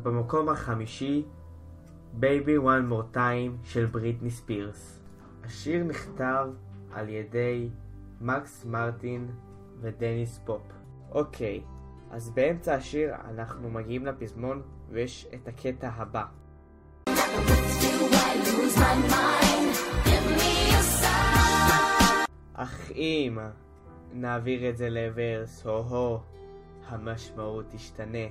במקום החמישי, Baby One More Time של בריטני ספירס. השיר נכתב על ידי מקס מרטין ודניס פופ. אוקיי, אז באמצע השיר אנחנו מגיעים לפזמון ויש את הקטע הבא. אך אם נעביר את זה לוורס, הו-הו, המשמעות תשתנה.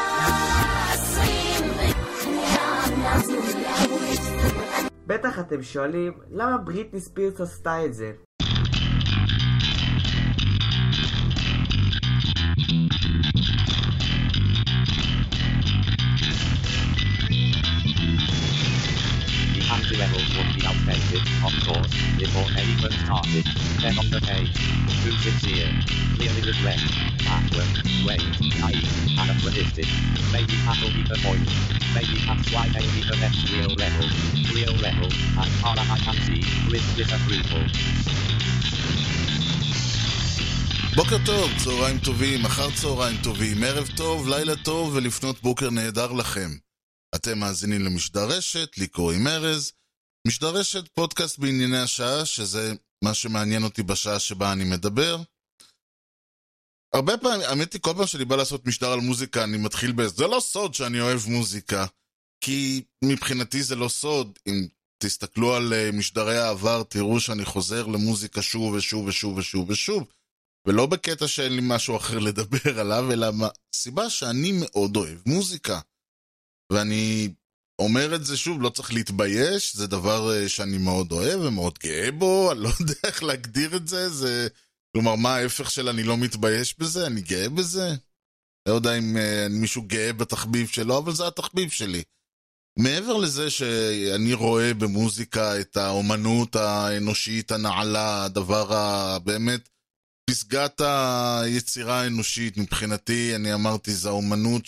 בטח אתם שואלים, למה בריטני ספירס עשתה את זה? The levels would be outdated, of course, before they even started. Then on the page, who's sincere, clearly regret, backward, wait, naive, anachronistic. Maybe that'll be the point. Maybe that's why they need the next real level. As far as I can see, with disapproval. בוקר טוב, צהריים טובים, אחר צהריים טובים, ערב טוב, לילה טוב ולפנות בוקר נהדר לכם. אתם מאזינים למשדר רשת, לי קוראים ארז. משדר רשת, פודקאסט בענייני השעה, שזה מה שמעניין אותי בשעה שבה אני מדבר. הרבה פעמים, האמת היא, כל פעם שאני בא לעשות משדר על מוזיקה, אני מתחיל זה לא סוד שאני אוהב מוזיקה, כי מבחינתי זה לא סוד. אם תסתכלו על משדרי העבר, תראו שאני חוזר למוזיקה שוב ושוב ושוב ושוב ושוב, ולא בקטע שאין לי משהו אחר לדבר עליו, אלא סיבה שאני מאוד אוהב מוזיקה. ואני אומר את זה שוב, לא צריך להתבייש, זה דבר שאני מאוד אוהב ומאוד גאה בו, אני לא יודע איך להגדיר את זה, כלומר, מה ההפך של אני לא מתבייש בזה, אני גאה בזה? לא יודע אם מישהו גאה בתחביב שלו, אבל זה התחביב שלי. מעבר לזה שאני רואה במוזיקה את האומנות האנושית הנעלה, הדבר באמת, פסגת היצירה האנושית, מבחינתי, אני אמרתי, זה האומנות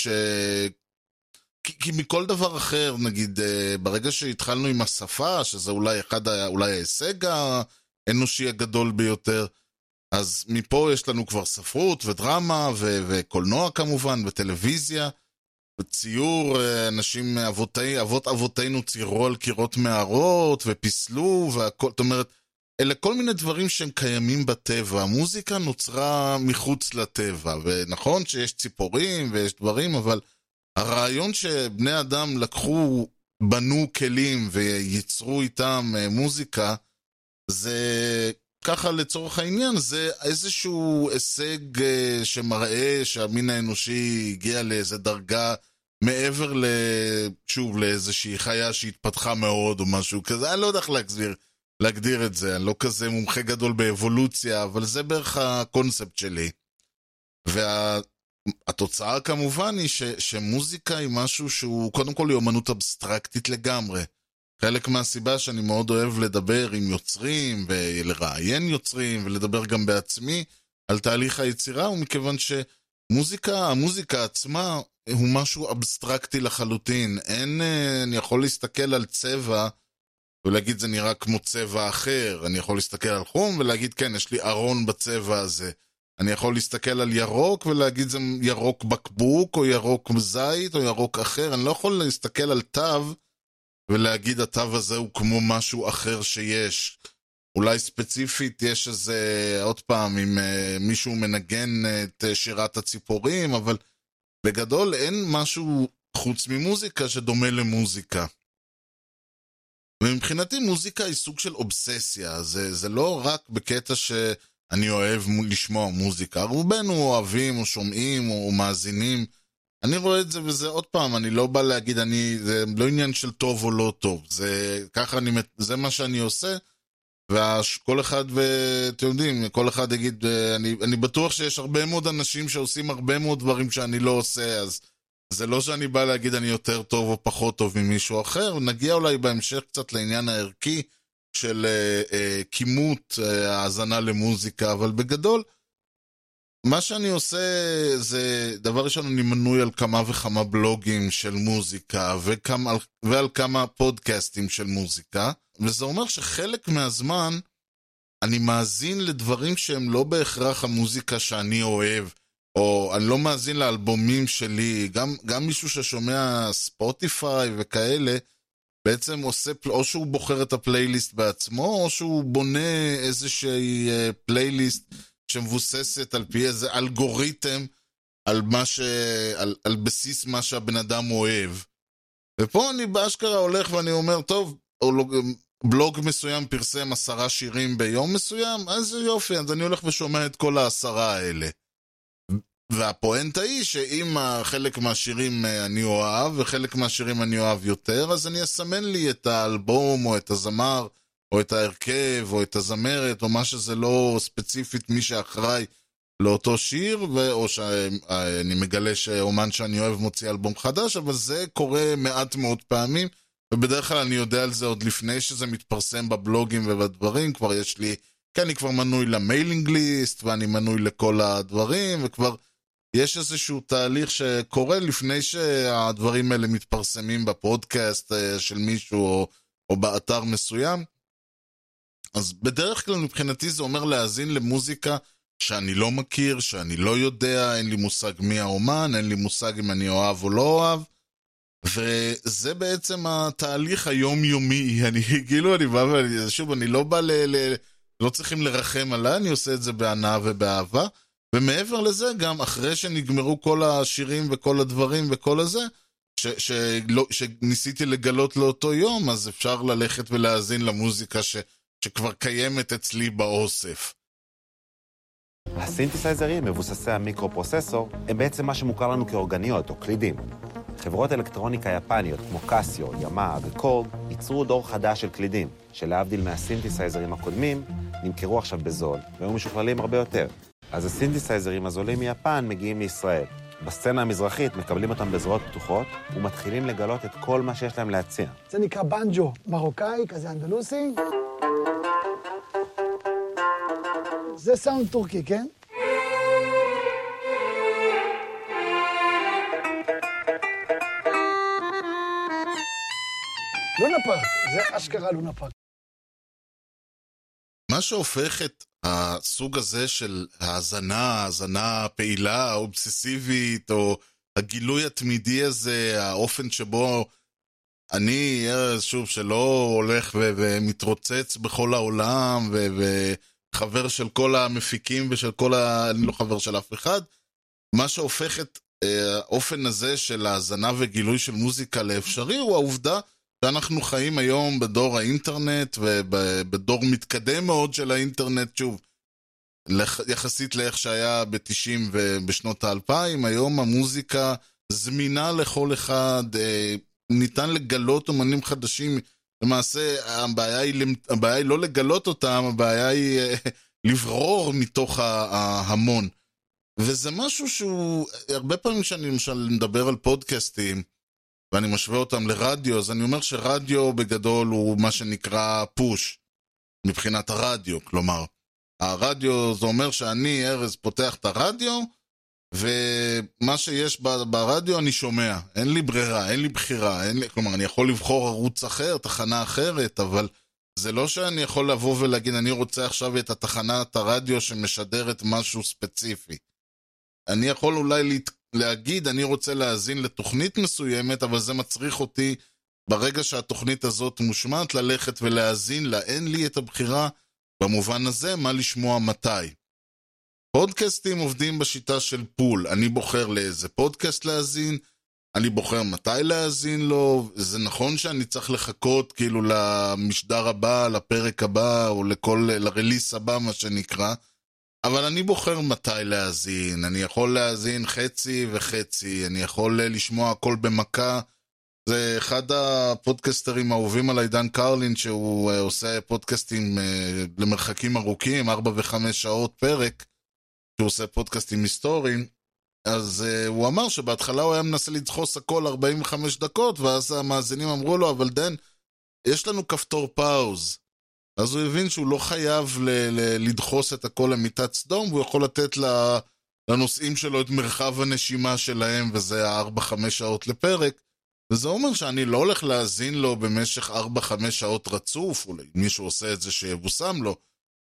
כי מכל דבר אחר, נגיד, ברגע שהתחלנו עם השפה, שזה אולי ההישג האנושי הגדול ביותר, אז מפה יש לנו כבר ספרות ודרמה וקולנוע כמובן, וטלוויזיה, וציור, אנשים, אבות אבותינו ציירו על קירות מערות, ופיסלו, והכל, זאת אומרת, אלה כל מיני דברים שהם קיימים בטבע. המוזיקה נוצרה מחוץ לטבע, ונכון שיש ציפורים ויש דברים, אבל הרעיון שבני אדם בנו כלים וייצרו איתם מוזיקה, זה ככה לצורך העניין, זה איזשהו הישג שמראה שהמין האנושי הגיע לאיזו דרגה מעבר שוב לאיזושהי חיה שהתפתחה מאוד או משהו כזה, אני לא יודע איך להגדיר את זה, אני לא כזה מומחה גדול באבולוציה, אבל זה בערך הקונספט שלי. התוצאה כמובן היא שמוזיקה היא משהו שהוא קודם כל היא אומנות אבסטרקטית לגמרי. חלק מהסיבה שאני מאוד אוהב לדבר עם יוצרים ולראיין יוצרים ולדבר גם בעצמי על תהליך היצירה, הוא מכיוון המוזיקה עצמה הוא משהו אבסטרקטי לחלוטין. אני יכול להסתכל על צבע ולהגיד זה נראה כמו צבע אחר, אני יכול להסתכל על חום ולהגיד כן, יש לי ארון בצבע הזה. אני יכול להסתכל על ירוק ולהגיד זה ירוק בקבוק או ירוק זית או ירוק אחר. אני לא יכול להסתכל על תו ולהגיד התו הזה הוא כמו משהו אחר שיש. אולי ספציפית יש איזה, עוד פעם, אם מישהו מנגן את שירת הציפורים, אבל בגדול אין משהו חוץ ממוזיקה שדומה למוזיקה. ומבחינתי מוזיקה היא סוג של אובססיה, זה לא רק בקטע שאני אוהב לשמוע מוזיקה, רובנו אוהבים או שומעים או מאזינים, אני רואה את זה וזה עוד פעם, אני לא בא להגיד, זה לא עניין של טוב או לא טוב, זה מה שאני עושה, וכל אחד, ואתם יודעים, כל אחד יגיד, אני בטוח שיש הרבה מאוד אנשים שעושים הרבה מאוד דברים שאני לא עושה, אז זה לא שאני בא להגיד אני יותר טוב או פחות טוב ממישהו אחר, נגיע אולי בהמשך קצת לעניין הערכי של כימות האזנה למוזיקה, אבל בגדול, מה שאני עושה זה, דבר ראשון אני מנוי על כמה וכמה בלוגים של מוזיקה, ועל כמה פודקאסטים של מוזיקה, וזה אומר שחלק מהזמן אני מאזין לדברים שהם לא בהכרח המוזיקה שאני אוהב, או אני לא מאזין לאלבומים שלי, גם מישהו ששומע ספוטיפיי וכאלה, בעצם עושה, או שהוא בוחר את הפלייליסט בעצמו, או שהוא בונה איזושהי פלייליסט שמבוססת על פי איזה אלגוריתם, על בסיס מה שהבן אדם אוהב. ופה אני באשכרה הולך ואני אומר, טוב, בלוג מסוים פרסם 10 שירים ביום מסוים, אז יופי, אז אני הולך ושומע את כל 10 האלה. והפואנטה היא שאם חלק מהשירים אני אוהב, וחלק מהשירים אני אוהב יותר, אז אני אסמן לי את האלבום, או את הזמר, או את ההרכב, או את הזמרת, או מה שזה לא ספציפית מי שאחראי לאותו שיר, או שאני מגלה שאומן שאני אוהב מוציא אלבום חדש, אבל זה קורה מעט מאוד פעמים, ובדרך כלל אני יודע על זה עוד לפני שזה מתפרסם בבלוגים ובדברים, כבר יש לי, כי אני כבר מנוי למיילינג ליסט, ואני מנוי לכל הדברים, וכבר יש איזשהו תהליך שקורה לפני שהדברים האלה מתפרסמים בפודקאסט של מישהו, או באתר מסוים. אז בדרך כלל מבחינתי זה אומר להאזין למוזיקה שאני לא מכיר, שאני לא יודע, אין לי מושג מי האומן, אין לי מושג אם אני אוהב או לא אוהב, וזה בעצם התהליך היומיומי. אני בא, שוב, אני לא בא לא צריכים לרחם עליי, אני עושה את זה בהנאה ובאהבה, ומעבר לזה גם אחרי שנגמרו כל השירים וכל הדברים וכל הזה, שניסיתי לגלות לאותו יום, אז אפשר ללכת ולהאזין למוזיקה שכבר קיימת אצלי באוסף. הסינתסייזרים מבוססי המיקרופרוססור הם בעצם מה שמוכר לנו כאורגניות או קלידים. חברות אלקטרוניקה יפניות כמו קסיו, ימאה וקורג ייצרו דור חדש של קלידים, שלהבדיל מהסינתסייזרים הקודמים, נמכרו עכשיו בזול והיו משוכללים הרבה יותר. אז הסינתסייזרים הזולים מיפן מגיעים לישראל. בסצנה המזרחית מקבלים אותם בזרועות פתוחות ומתחילים לגלות את כל מה שיש להם להציע. זה נקרא בנג'ו מרוקאי, כזה אנדלוסי. זה סאונד טורקי, כן? לונה פארק, זה אשכרה לונה פארק. מה שהופך את הסוג הזה של ההאזנה פעילה, אובססיבית, או הגילוי התמידי הזה, האופן שבו אני, שוב, שלא הולך ומתרוצץ בכל העולם, וחבר של כל המפיקים ושל אני לא חבר של אף אחד, מה שהופך את האופן הזה של ההאזנה וגילוי של מוזיקה לאפשרי, הוא העובדה שאנחנו חיים היום בדור האינטרנט, ובדור מתקדם מאוד של האינטרנט, שוב, יחסית לאיך שהיה ב-90 ובשנות ה-2000, היום המוזיקה זמינה לכל אחד, ניתן לגלות אומנים חדשים, למעשה הבעיה היא לא לגלות אותם, הבעיה היא לברור מתוך ההמון. וזה משהו שהוא, הרבה פעמים שאני למשל מדבר על פודקאסטים, ואני משווה אותם לרדיו, אז אני אומר שרדיו בגדול הוא מה שנקרא פוש, מבחינת הרדיו, כלומר, הרדיו זה אומר שאני, ארז, פותח את הרדיו, ומה שיש ברדיו אני שומע, אין לי ברירה, אין לי בחירה, כלומר, אני יכול לבחור ערוץ אחר, תחנה אחרת, אבל זה לא שאני יכול לבוא ולהגיד, אני רוצה עכשיו את התחנת הרדיו שמשדרת משהו ספציפי. אני יכול אולי להגיד, אני רוצה להאזין לתוכנית מסוימת, אבל זה מצריך אותי, ברגע שהתוכנית הזאת מושמעת, ללכת ולהאזין לה. אין לי את הבחירה במובן הזה, מה לשמוע מתי. פודקאסטים עובדים בשיטה של פול. אני בוחר לאיזה פודקאסט להאזין, אני בוחר מתי להאזין לו. זה נכון שאני צריך לחכות כאילו למשדר הבא, לפרק הבא, או לרליס הבא, מה שנקרא, אבל אני בוחר מתי להאזין. אני יכול להאזין חצי וחצי, אני יכול לשמוע הכל במכה. זה אחד הפודקסטרים האהובים על עידן קרלין, שהוא עושה פודקאסטים למרחקים ארוכים, 4 ו5 שעות פרק, שהוא עושה פודקאסטים היסטוריים. אז הוא אמר שבהתחלה הוא היה מנסה לדחוס הכל 45 דקות, ואז המאזינים אמרו לו, אבל דן, יש לנו כפתור פאוז. אז הוא הבין שהוא לא חייב לדחוס את הכל למיטת סדום, והוא יכול לתת לנושאים שלו את מרחב הנשימה שלהם, וזה 4-5 שעות לפרק. וזה אומר שאני לא הולך להאזין לו במשך 4-5 שעות רצוף, אולי מישהו עושה את זה שיבוסם לו,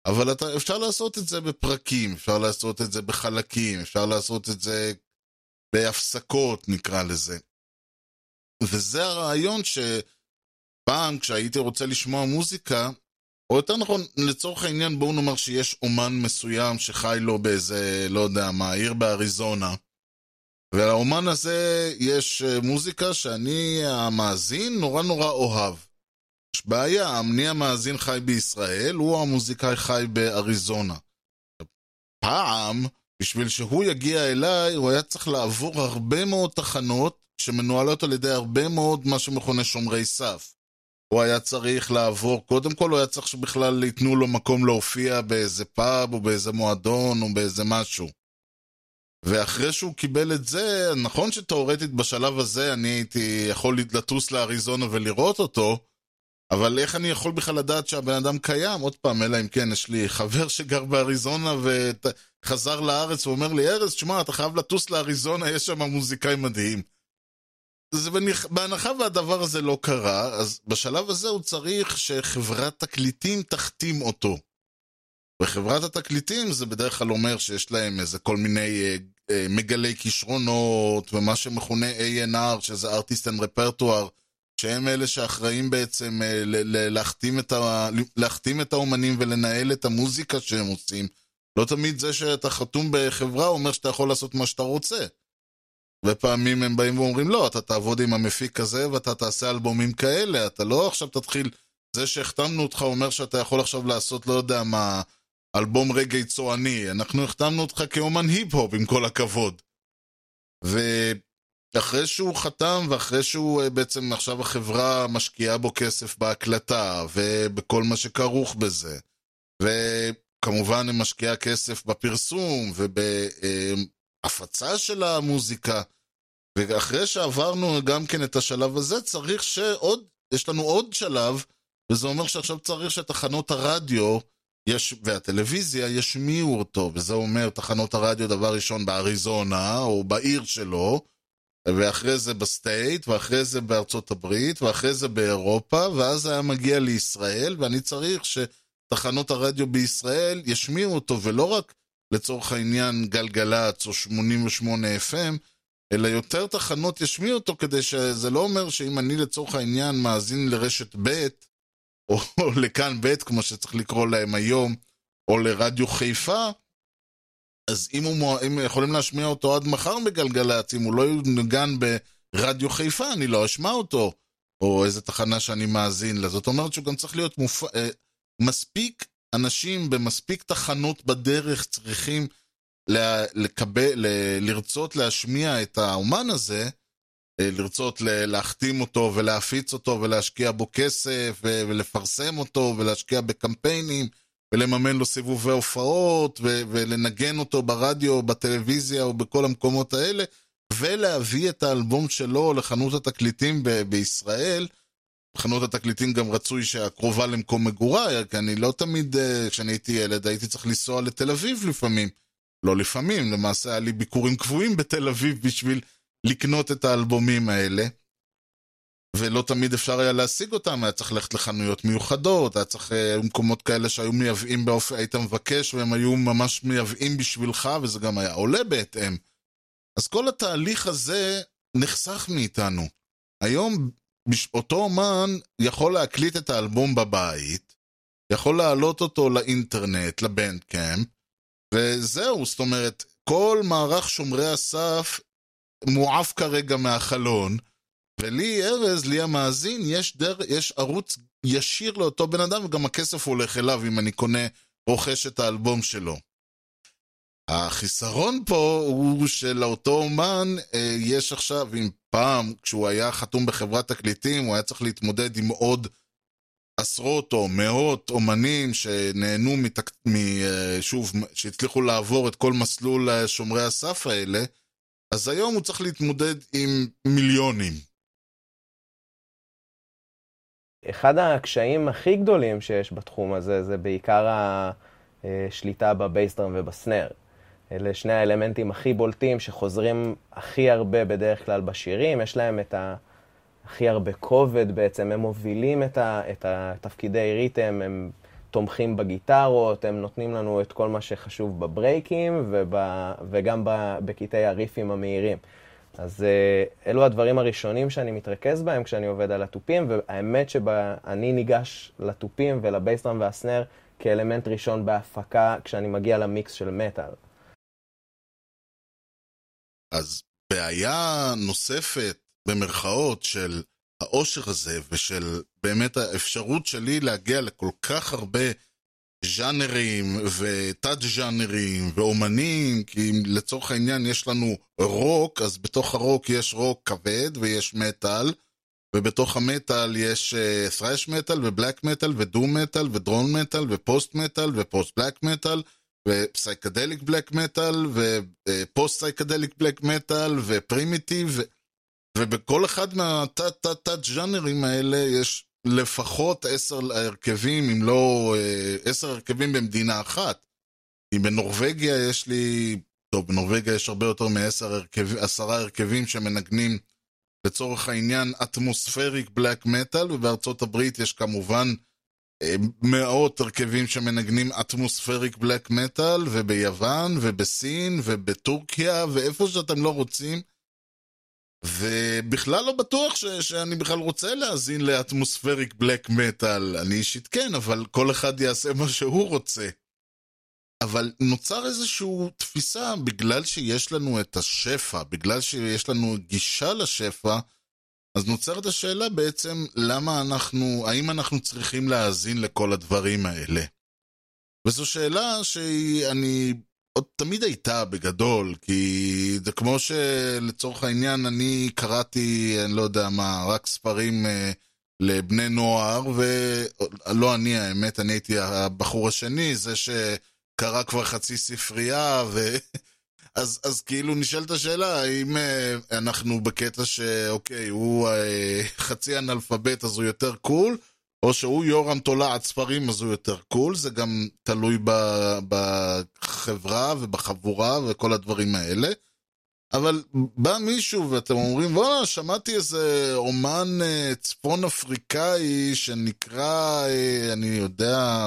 אבל אפשר לעשות את זה בפרקים, אפשר לעשות את זה בחלקים, אפשר לעשות את זה בהפסקות, נקרא לזה. וזה הרעיון שפעם כשהייתי רוצה לשמוע מוזיקה, או יותר נכון, לצורך העניין בואו נאמר שיש אומן מסוים שחי לו באיזה, לא יודע מה, עיר באריזונה, ולאומן הזה יש מוזיקה שאני, המאזין, נורא נורא אוהב. יש בעיה, אני המאזין חי בישראל, הוא המוזיקאי חי באריזונה. פעם, בשביל שהוא יגיע אליי, הוא היה צריך לעבור הרבה מאוד תחנות שמנוהלות על ידי הרבה מאוד מה שמכונה שומרי סף. הוא היה צריך לעבור, קודם כל הוא היה צריך שבכלל ייתנו לו מקום להופיע באיזה פאב או באיזה מועדון או באיזה משהו. ואחרי שהוא קיבל את זה, נכון שתאורטית בשלב הזה אני הייתי יכול לטוס לאריזונה ולראות אותו, אבל איך אני יכול בכלל לדעת שהבן אדם קיים? עוד פעם, אלא אם כן, יש לי חבר שגר באריזונה וחזר לארץ ואומר לי, ארז, תשמע, אתה חייב לטוס לאריזונה, יש שם מוזיקאי מדהים. בהנחה והדבר הזה לא קרה, אז בשלב הזה הוא צריך שחברת תקליטים תחתים אותו. וחברת התקליטים זה בדרך כלל אומר שיש להם איזה כל מיני מגלי כישרונות, ומה שמכונה A&R, שזה Artist and Repertoire, שהם אלה שאחראים בעצם להחתים את האומנים ולנהל את המוזיקה שהם עושים. לא תמיד זה שאתה חתום בחברה אומר שאתה יכול לעשות מה שאתה רוצה. ופעמים הם באים ואומרים, לא, אתה תעבוד עם המפיק הזה ואתה תעשה אלבומים כאלה, אתה לא עכשיו תתחיל, זה שהחתמנו אותך אומר שאתה יכול עכשיו לעשות, לא יודע מה, אלבום רגעי צועני, אנחנו החתמנו אותך כאומן היפ-הופ עם כל הכבוד. ואחרי שהוא חתם ואחרי שהוא בעצם עכשיו החברה משקיעה בו כסף בהקלטה ובכל מה שכרוך בזה, וכמובן הם משקיעה כסף בפרסום ובהפצה של המוזיקה, ואחרי שעברנו גם כן את השלב הזה, צריך יש לנו עוד שלב, וזה אומר שעכשיו צריך שתחנות הרדיו והטלוויזיה ישמיעו אותו, וזה אומר תחנות הרדיו דבר ראשון באריזונה או בעיר שלו, ואחרי זה בסטייט, ואחרי זה בארצות הברית, ואחרי זה באירופה, ואז היה מגיע לישראל, ואני צריך שתחנות הרדיו בישראל ישמיעו אותו, ולא רק לצורך העניין גלגלץ או 88 FM, אלא יותר תחנות ישמיעו אותו, כדי שזה לא אומר שאם אני לצורך העניין מאזין לרשת ב' או לכאן ב' כמו שצריך לקרוא להם היום, או לרדיו חיפה, אז אם יכולים להשמיע אותו עד מחר בגלגלץ, אם הוא לא נגן ברדיו חיפה, אני לא אשמע אותו, או איזה תחנה שאני מאזין לה. זאת אומרת שהוא גם צריך להיות מספיק אנשים במספיק תחנות בדרך צריכים לרצות להשמיע את האומן הזה, לרצות להחתים אותו ולהפיץ אותו ולהשקיע בו כסף ולפרסם אותו ולהשקיע בקמפיינים ולממן לו סיבובי הופעות ולנגן אותו ברדיו, בטלוויזיה או בכל המקומות האלה, ולהביא את האלבום שלו לחנות התקליטים בישראל. חנות התקליטים גם רצוי שהקרובה למקום מגוריי, כי אני לא תמיד, כשאני הייתי ילד, הייתי צריך לנסוע לתל אביב לפעמים. לא לפעמים, למעשה היה לי ביקורים קבועים בתל אביב בשביל לקנות את האלבומים האלה, ולא תמיד אפשר היה להשיג אותם, היה צריך ללכת לחנויות מיוחדות, היה צריך מקומות כאלה שהיו מייבאים באופן, היית מבקש, והם היו ממש מייבאים בשבילך, וזה גם היה עולה בהתאם. אז כל התהליך הזה נחסך מאיתנו. היום אותו אומן יכול להקליט את האלבום בבית, יכול להעלות אותו לאינטרנט, לבנדקאמפ, וזהו, זאת אומרת, כל מערך שומרי הסף מועף כרגע מהחלון, ולי ארז, לי המאזין, יש ערוץ ישיר לאותו בן אדם, וגם הכסף הולך אליו אם אני רוכש את האלבום שלו. החיסרון פה הוא שלאותו אומן יש עכשיו, אם פעם כשהוא היה חתום בחברת תקליטים, הוא היה צריך להתמודד עם עוד עשרות או מאות אומנים שנהנו שוב, שהצליחו לעבור את כל מסלול שומרי הסף האלה, אז היום הוא צריך להתמודד עם מיליונים. אחד הקשיים הכי גדולים שיש בתחום הזה, זה בעיקר השליטה בבייסדרם ובסנר. אלה שני האלמנטים הכי בולטים שחוזרים הכי הרבה בדרך כלל בשירים, יש להם את הכי הרבה כובד בעצם, הם מובילים את התפקידי ריתם, הם תומכים בגיטרות, הם נותנים לנו את כל מה שחשוב בברייקים וגם בקטעי הריפים המהירים. אז אלו הדברים הראשונים שאני מתרכז בהם כשאני עובד על התופים, והאמת שאני ניגש לתופים ולבייסדראם והסנר כאלמנט ראשון בהפקה כשאני מגיע למיקס של מטל. אז בעיה נוספת במרכאות של האושר הזה ושל באמת האפשרות שלי להגיע לכל כך הרבה ז'אנרים ותת ז'אנרים ואומנים, כי לצורך העניין יש לנו רוק, אז בתוך הרוק יש רוק כבד ויש מטל, ובתוך המטל יש thrash מטל ובלק מטל ודום מטל ודרון מטל ופוסט מטל ופוסט בלק מטל ופסייקדליק בלק מטל ופוסט סייקדליק בלק מטל ופרימיטיב, ובכל אחד מהתת ז'אנרים האלה יש לפחות 10 הרכבים, אם לא 10 הרכבים במדינה אחת. כי בנורווגיה יש לי, טוב, בנורווגיה יש הרבה יותר מ10 הרכבים שמנגנים לצורך העניין אטמוספריק בלק מטל, ובארצות הברית יש כמובן מאות הרכבים שמנגנים אטמוספריק בלק מטל, וביוון ובסין ובטורקיה ואיפה שאתם לא רוצים, ובכלל לא בטוח שאני בכלל רוצה להאזין לאטמוספריק בלק מטל. אני אישית כן, אבל כל אחד יעשה מה שהוא רוצה. אבל נוצר איזושהי תפיסה, בגלל שיש לנו את השפע, בגלל שיש לנו גישה לשפע, אז נוצרת השאלה בעצם האם אנחנו צריכים להאזין לכל הדברים האלה. וזו שאלה שאני עוד תמיד הייתה בגדול, כי זה כמו שלצורך העניין אני קראתי, אני לא יודע מה, רק ספרים לבני נוער, ולא אני האמת, אני הייתי הבחור השני, זה שקרא כבר חצי ספרייה, אז כאילו נשאלת השאלה, האם אנחנו בקטע שאוקיי, הוא חצי אנאלפבית אז הוא יותר קול, או שהוא יורם תולעת ספרים אז הוא יותר קול, זה גם תלוי בחברה ובחבורה וכל הדברים האלה. אבל בא מישהו ואתם אומרים, וואלה, שמעתי איזה אומן צפון אפריקאי שנקרא, אני יודע,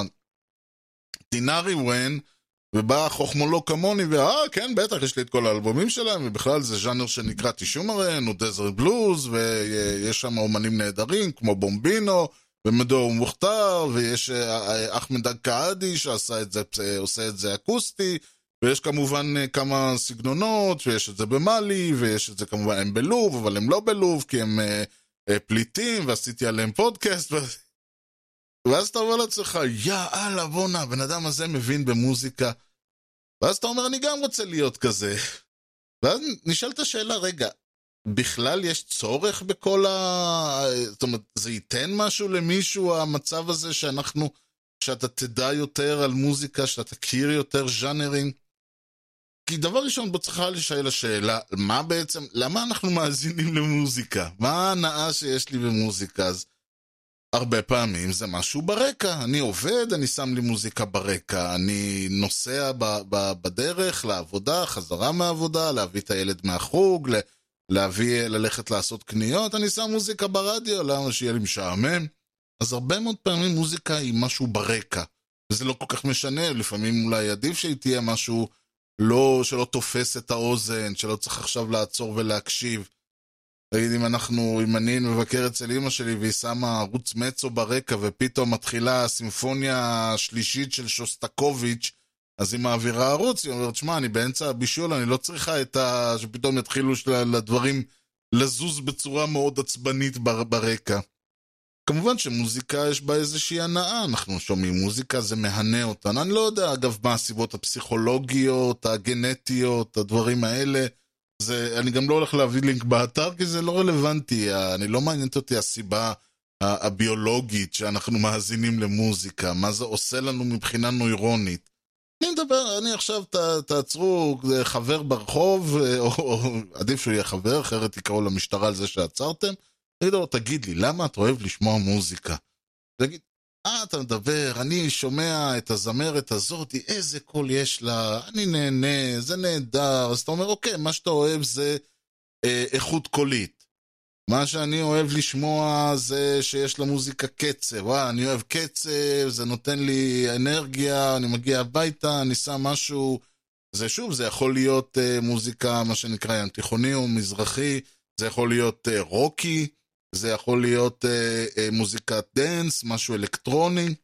דינארי ון, ובא חוכמולוג כמוני, כן, בטח, יש לי את כל האלבומים שלהם, ובכלל זה ז'אנר שנקרא תישומרן, או דזרט בלוז, ויש שם אומנים נהדרים, כמו בומבינו, ומדור מוכתר, ויש אחמד אל-קעדי, שעושה את זה אקוסטי, ויש כמובן כמה סגנונות, ויש את זה במאלי, ויש את זה כמובן, הם בלוב, אבל הם לא בלוב, כי הם פליטים, ועשיתי עליהם פודקאסט, ואז אתה אומר לעצמך, יאללה, בונה, הבן אדם הזה מבין במוזיקה. ואז אתה אומר, אני גם רוצה להיות כזה. ואז נשאלת השאלה, רגע, בכלל יש צורך בכל זאת אומרת, זה ייתן משהו למישהו, המצב הזה שאתה תדע יותר על מוזיקה, שאתה תכיר יותר ז'אנרים? כי דבר ראשון, בוא צריכה לשאול השאלה, מה בעצם, למה אנחנו מאזינים למוזיקה? מה ההנאה שיש לי במוזיקה? אז הרבה פעמים זה משהו ברקע, אני עובד, אני שם לי מוזיקה ברקע, אני נוסע בדרך לעבודה, חזרה מהעבודה, להביא את הילד מהחוג, ללכת לעשות קניות, אני שם מוזיקה ברדיו, למה שיהיה לי משעמם. אז הרבה מאוד פעמים מוזיקה היא משהו ברקע, וזה לא כל כך משנה, לפעמים אולי עדיף שהיא תהיה משהו שלא תופס את האוזן, שלא צריך עכשיו לעצור ולהקשיב. תגיד, אם אני מבקר אצל אמא שלי והיא שמה ערוץ מצו ברקע ופתאום מתחילה הסימפוניה השלישית של שוסטקוביץ', אז היא מעבירה ערוץ, היא אומרת, שמה, אני באמצע הבישול, אני לא צריכה שפתאום יתחילו לדברים לזוז בצורה מאוד עצבנית ברקע. כמובן שמוזיקה יש בה איזושהי הנאה, אנחנו שומעים מוזיקה, זה מהנה אותן. אני לא יודע, אגב, מה הסיבות הפסיכולוגיות, הגנטיות, הדברים האלה. אני גם לא הולך להביא לינק באתר, כי זה לא רלוונטי, אני לא מעניינת אותי הסיבה הביולוגית שאנחנו מאזינים למוזיקה, מה זה עושה לנו מבחינה נוירונית. אני עכשיו, תעצרו חבר ברחוב, או עדיף שהוא יהיה חבר, אחרת תקראו למשטרה על זה שעצרתם, תגיד לי, למה אתה אוהב לשמוע מוזיקה? תגיד, אתה מדבר, אני שומע את הזמרת הזאת, איזה קול יש לה, אני נהנה, זה נהדר. אז אתה אומר, אוקיי, מה שאתה אוהב זה איכות קולית. מה שאני אוהב לשמוע זה שיש למוזיקה קצב. אני אוהב קצב, זה נותן לי אנרגיה, אני מגיע הביתה, אני שם משהו. זה שוב, זה יכול להיות מוזיקה, מה שנקרא ים תיכוני או מזרחי, זה יכול להיות רוקי, זה יכול להיות מוזיקת דנס, משהו אלקטרוני.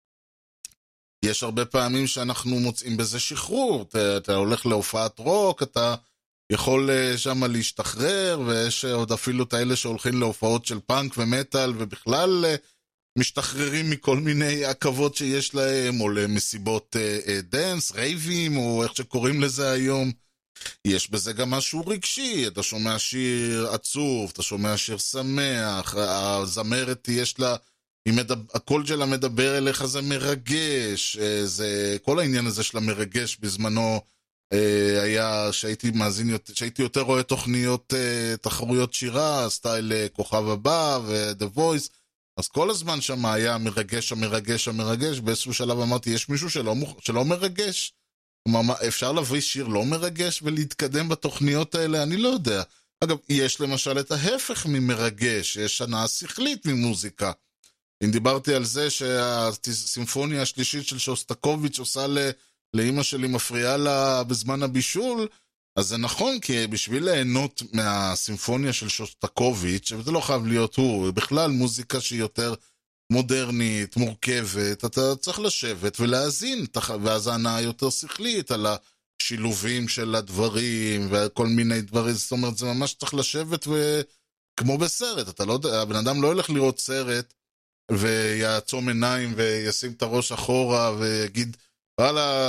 יש הרבה פעמים שאנחנו מוצאים בזה שחרור, אתה הולך להופעת רוק, אתה יכול שם להשתחרר, ויש עוד אפילו את האלה שהולכים להופעות של פאנק ומטל, ובכלל משתחררים מכל מיני עכבות שיש להם, או למסיבות דנס, רייבים, או איך שקוראים לזה היום. יש בזה גם משהו רגשי, אתה שומע שיר עצוב, אתה שומע שיר שמח, הזמרת יש לה, הקול שלה מדבר אליך, זה מרגש, כל העניין הזה של המרגש בזמנו היה שהייתי מאזין, שהייתי יותר רואה תוכניות, תחרויות שירה, סטייל כוכב הבא ו-The Voice, אז כל הזמן שם היה המרגש, באיזשהו שלב אמרתי, יש מישהו שלא מרגש? כלומר, אפשר להביא שיר לא מרגש ולהתקדם בתוכניות האלה? אני לא יודע. אגב, יש למשל את ההפך ממרגש, יש הנאה שכלית ממוזיקה. אם דיברתי על זה שהסימפוניה השלישית של שוסטקוביץ' עושה לאמא שלי מפריעה לה בזמן הבישול, אז זה נכון, כי בשביל ליהנות מהסימפוניה של שוסטקוביץ', וזה לא חייב להיות הוא, בכלל מוזיקה שהיא יותר מודרנית, מורכבת, אתה צריך לשבת ולהאזין, ואז ההנאה יותר שכלית על השילובים של הדברים וכל מיני דברים, זאת אומרת, זה ממש צריך לשבת כמו בסרט, אתה לא יודע, הבן אדם לא הולך לראות סרט ויעצום עיניים וישים את הראש אחורה ויגיד, וואלה,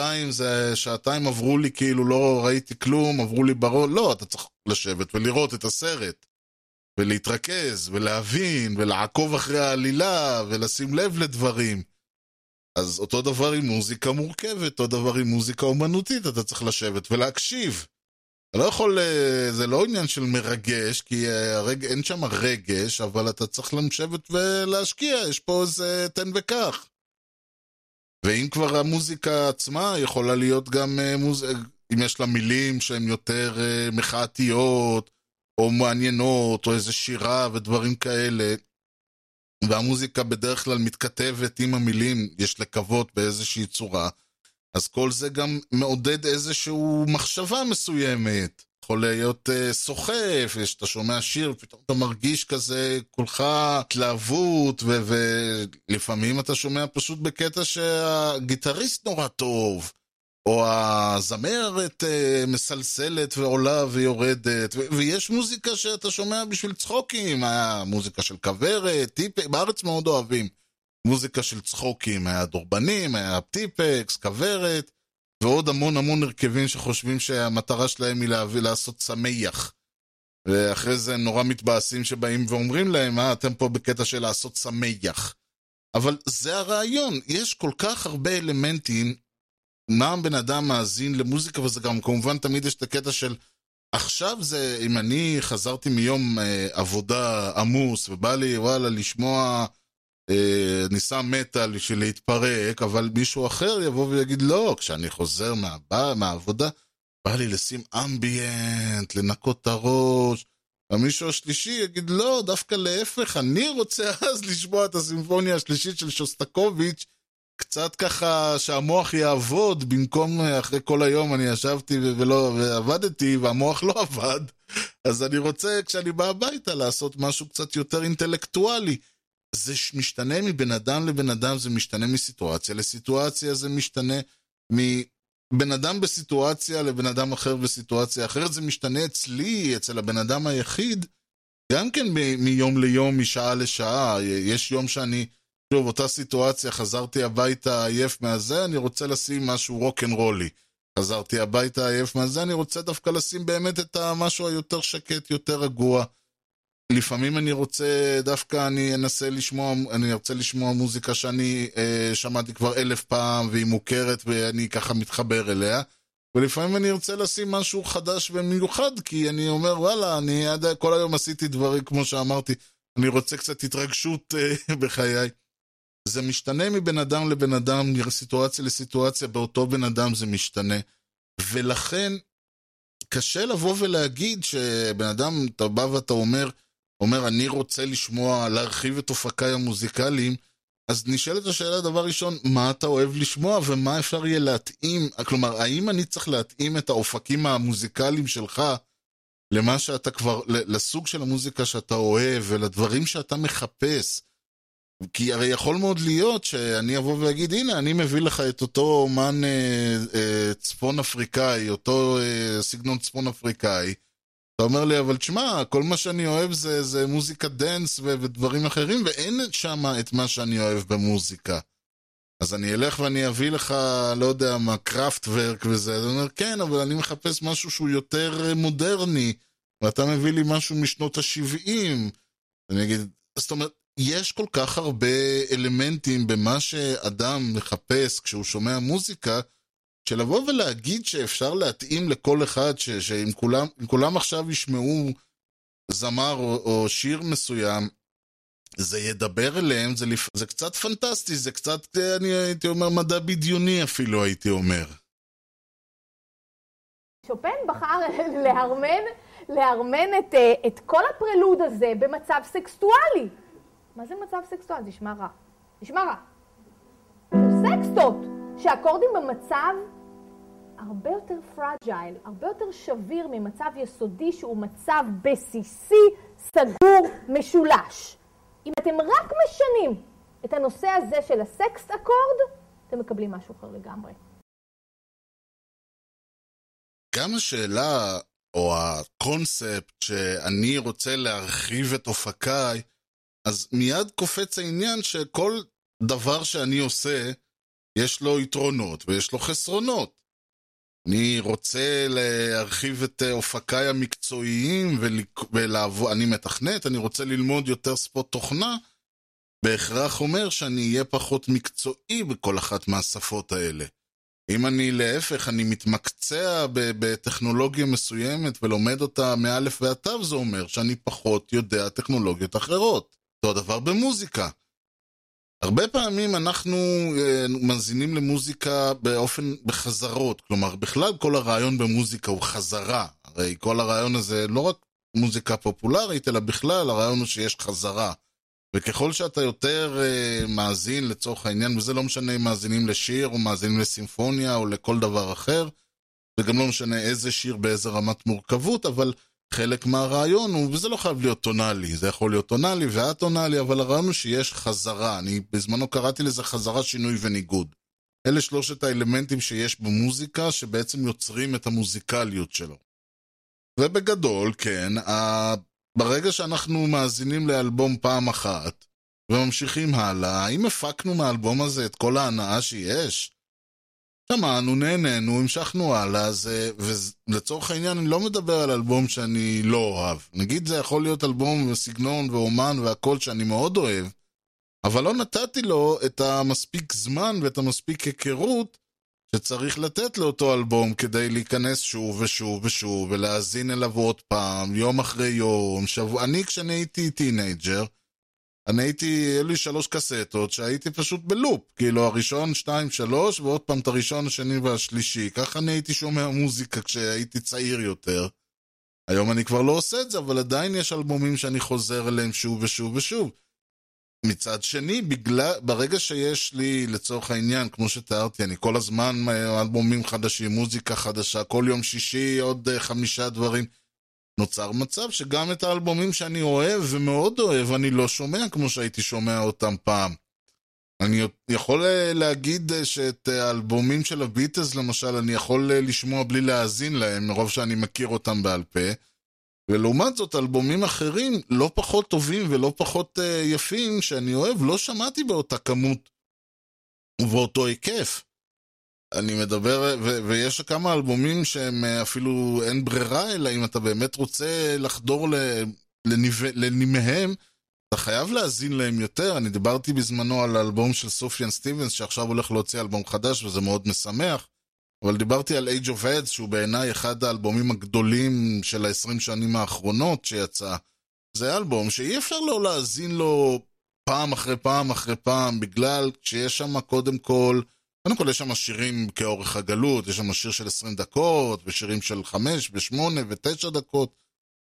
שעתיים עברו לי כאילו לא ראיתי כלום, עברו לי בראש, לא, אתה צריך לשבת ולראות את הסרט. ולהתרכז, ולהבין, ולעקוב אחרי העלילה, ולשים לב לדברים. אז אותו דבר עם מוזיקה מורכבת, אותו דבר עם מוזיקה אומנותית, אתה צריך לשבת ולהקשיב. אתה לא יכול, זה לא עניין של מרגש, כי אין שם רגש, אבל אתה צריך לשבת ולהשקיע, יש פה איזה תן וכך. ואם כבר המוזיקה עצמה יכולה להיות גם אם יש לה מילים שהן יותר מחאתיות, או מעניינות, או איזה שירה ודברים כאלה, והמוזיקה בדרך כלל מתכתבת עם המילים, יש לקוות באיזושהי צורה, אז כל זה גם מעודד איזשהו מחשבה מסוימת. יכול להיות סוחף, אתה שומע שיר, פתאום אתה מרגיש כזה, כולך התלהבות, ולפעמים אתה שומע פשוט בקטע שהגיטריסט נורא טוב, או הזמרת מסלסלת ועולה ויורדת, ויש מוזיקה שאתה שומע בשביל צחוקים, מוזיקה של כברת, טיפקס, בארץ מאוד אוהבים, מוזיקה של צחוקים, היה דורבנים, היה טיפקס, כברת, ועוד המון הרכבים שחושבים שהמטרה שלהם היא לעשות שמח, ואחרי זה נורא מתבאסים שבאים ואומרים להם, אתם פה בקטע של לעשות שמח, אבל זה הרעיון, יש כל כך הרבה אלמנטים, מה בן אדם מאזין למוזיקה, וזה גם כמובן תמיד יש את הקטע של, עכשיו זה, אם אני חזרתי מיום עבודה עמוס, ובא לי וואלה לשמוע, ניסה מטל של להתפרק, אבל מישהו אחר יבוא ויגיד, לא, כשאני חוזר מהעבודה, בא לי לשים אמביאנט, לנקות את הראש, ומישהו השלישי יגיד, לא, דווקא להפך, אני רוצה אז לשמוע את הסימפוניה השלישית של שוסטקוביץ', קצת ככה שהמוח יעבוד, במקום אחרי כל היום אני ישבתי ועבדתי, והמוח לא עבד, אז אני רוצה כשאני בא הביתה לעשות משהו קצת יותר אינטלקטואלי. זה משתנה מבן אדם לבן אדם, זה משתנה מסיטואציה לסיטואציה, זה משתנה מבן אדם בסיטואציה לבן אדם אחר בסיטואציה אחרת, זה משתנה אצלי, אצל הבן אדם היחיד, גם כן מיום ליום, משעה לשעה. יש יום שאני, שוב, אותה סיטואציה, חזרתי הביתה עייף מהזה, אני רוצה לשים משהו רוק'נ'רולי. חזרתי הביתה עייף מהזה, אני רוצה דווקא לשים באמת את המשהו היותר שקט, יותר רגוע. לפעמים אני רוצה, דווקא אני ארצה לשמוע מוזיקה שאני שמעתי כבר 1000 פעם, והיא מוכרת ואני ככה מתחבר אליה. ולפעמים אני ארצה לשים משהו חדש ומיוחד, כי אני אומר, וואלה, אני כל היום עשיתי דברים, כמו שאמרתי, אני רוצה קצת התרגשות בחיי. זה משתנה מבן אדם לבן אדם, מסיטואציה לסיטואציה, באותו בן אדם זה משתנה. ולכן, קשה לבוא ולהגיד שבן אדם, אתה בא ואתה אומר, אומר, אני רוצה לשמוע, להרחיב את אופקיי המוזיקליים, אז נשאלת השאלה, דבר ראשון, מה אתה אוהב לשמוע ומה אפשר יהיה להתאים, כלומר, האם אני צריך להתאים את האופקים המוזיקליים שלך למה שאתה כבר, לסוג של המוזיקה שאתה אוהב ולדברים שאתה מחפש? כי הרי יכול מאוד להיות שאני אבוא ואגיד, הנה, אני מביא לך את אותו אומן צפון אפריקאי, אותו סגנון צפון אפריקאי. אתה אומר לי, אבל תשמע, כל מה שאני אוהב זה מוזיקה דנס ודברים אחרים, ואין שם את מה שאני אוהב במוזיקה. אז אני אלך ואני אביא לך, לא יודע מה, קראפטוורק וזה. אני אומר, כן, אבל אני מחפש משהו שהוא יותר מודרני, ואתה מביא לי משהו משנות ה-70. אני אגיד, זאת אומרת, יש כל כך הרבה אלמנטים במה שאדם מחפש כשהוא שומע מוזיקה, שלבוא ולהגיד שאפשר להתאים לכל אחד, שאם כולם עכשיו ישמעו זמר או שיר מסוים, זה ידבר אליהם, זה קצת פנטסטי, זה קצת, אני הייתי אומר, מדע בדיוני אפילו, הייתי אומר. שופן בחר להרמן את כל הפרלוד הזה במצב סקסטואלי. מה זה מצב סקסטואלי? זה נשמע רע. נשמע רע. סקסטות, שהאקורדים במצב הרבה יותר פרג'ייל, הרבה יותר שביר ממצב יסודי שהוא מצב בסיסי, סגור, משולש. אם אתם רק משנים את הנושא הזה של הסקסט אקורד, אתם מקבלים משהו אחר לגמרי. גם השאלה או הקונספט שאני רוצה להרחיב את אופקיי, אז מיד קופץ העניין שכל דבר שאני עושה, יש לו יתרונות ויש לו חסרונות. אני רוצה להרחיב את אופקיי המקצועיים אני מתכנת, אני רוצה ללמוד יותר ספות תוכנה, בהכרח אומר שאני אהיה פחות מקצועי בכל אחת מהשפות האלה. אם אני להפך, אני מתמקצע בטכנולוגיה מסוימת ולומד אותה מאלף ועד תו, זה אומר שאני פחות יודע טכנולוגיות אחרות. אותו דבר במוזיקה. הרבה פעמים אנחנו מזינים למוזיקה בחזרות, כלומר בכלל כל הרעיון במוזיקה הוא חזרה, הרי כל הרעיון הזה לא רק מוזיקה פופולרית, אלא בכלל הרעיון הוא שיש חזרה, וככל שאתה יותר מאזין לצורך העניין, וזה לא משנה אם מאזינים לשיר או מאזינים לסימפוניה או לכל דבר אחר, וגם לא משנה איזה שיר באיזה רמת מורכבות, אבל חלק מהרעיון הוא, וזה לא חייב להיות טונלי, זה יכול להיות טונלי והטונלי, אבל הרעיון הוא שיש חזרה, אני בזמנו קראתי לזה חזרה, שינוי וניגוד. אלה שלושת האלמנטים שיש במוזיקה, שבעצם יוצרים את המוזיקליות שלו. ובגדול, כן, ברגע שאנחנו מאזינים לאלבום פעם אחת, וממשיכים הלאה, האם הפקנו מהאלבום הזה את כל ההנאה שיש? שמענו, נהנינו, המשכנו הלאה, ולצורך העניין אני לא מדבר על אלבום שאני לא אוהב. נגיד זה יכול להיות אלבום וסגנון ואומן והכל שאני מאוד אוהב, אבל לא נתתי לו את המספיק זמן ואת המספיק היכרות שצריך לתת לאותו אלבום כדי להיכנס שוב ושוב ושוב ולהזין אליו עוד פעם, יום אחרי יום, שבוע. אני כשאני הייתי טינג'ר, היו לי 3 קסטות שהייתי פשוט בלופ, כאילו הראשון, 2, 3, ועוד פעם את הראשון, השני והשלישי. ככה אני הייתי שומע מוזיקה כשהייתי צעיר יותר. היום אני כבר לא עושה את זה, אבל עדיין יש אלבומים שאני חוזר אליהם שוב ושוב ושוב. מצד שני, ברגע שיש לי לצורך העניין, כמו שתיארתי, אני כל הזמן אלבומים חדשים, מוזיקה חדשה, כל יום שישי עוד 5 דברים, נוצר מצב שגם את האלבומים שאני אוהב ומאוד אוהב, אני לא שומע כמו שהייתי שומע אותם פעם. אני יכול להגיד שאת האלבומים של הביטלס למשל, אני יכול לשמוע בלי להאזין להם, מרוב שאני מכיר אותם בעל פה, ולעומת זאת אלבומים אחרים לא פחות טובים ולא פחות יפים שאני אוהב, לא שמעתי באותה כמות ובאותו היקף. אני מדבר, ויש כמה אלבומים שהם אפילו אין ברירה, אלא אם אתה באמת רוצה לחדור לנימיהם, אתה חייב להזין להם יותר. אני דיברתי בזמנו על האלבום של סופיאן סטיבנס, שעכשיו הולך להוציא אלבום חדש, וזה מאוד משמח, אבל דיברתי על Age of Heads, שהוא בעיניי אחד האלבומים הגדולים של ה-20 שנים האחרונות שיצא. זה אלבום שאי אפשר לא להזין לו פעם אחרי פעם אחרי פעם, בגלל שיש שם קודם כל יש שם שירים כאורך הגלות, יש שם שיר של 20 דקות, ושירים של 5 ו8 ו9 דקות,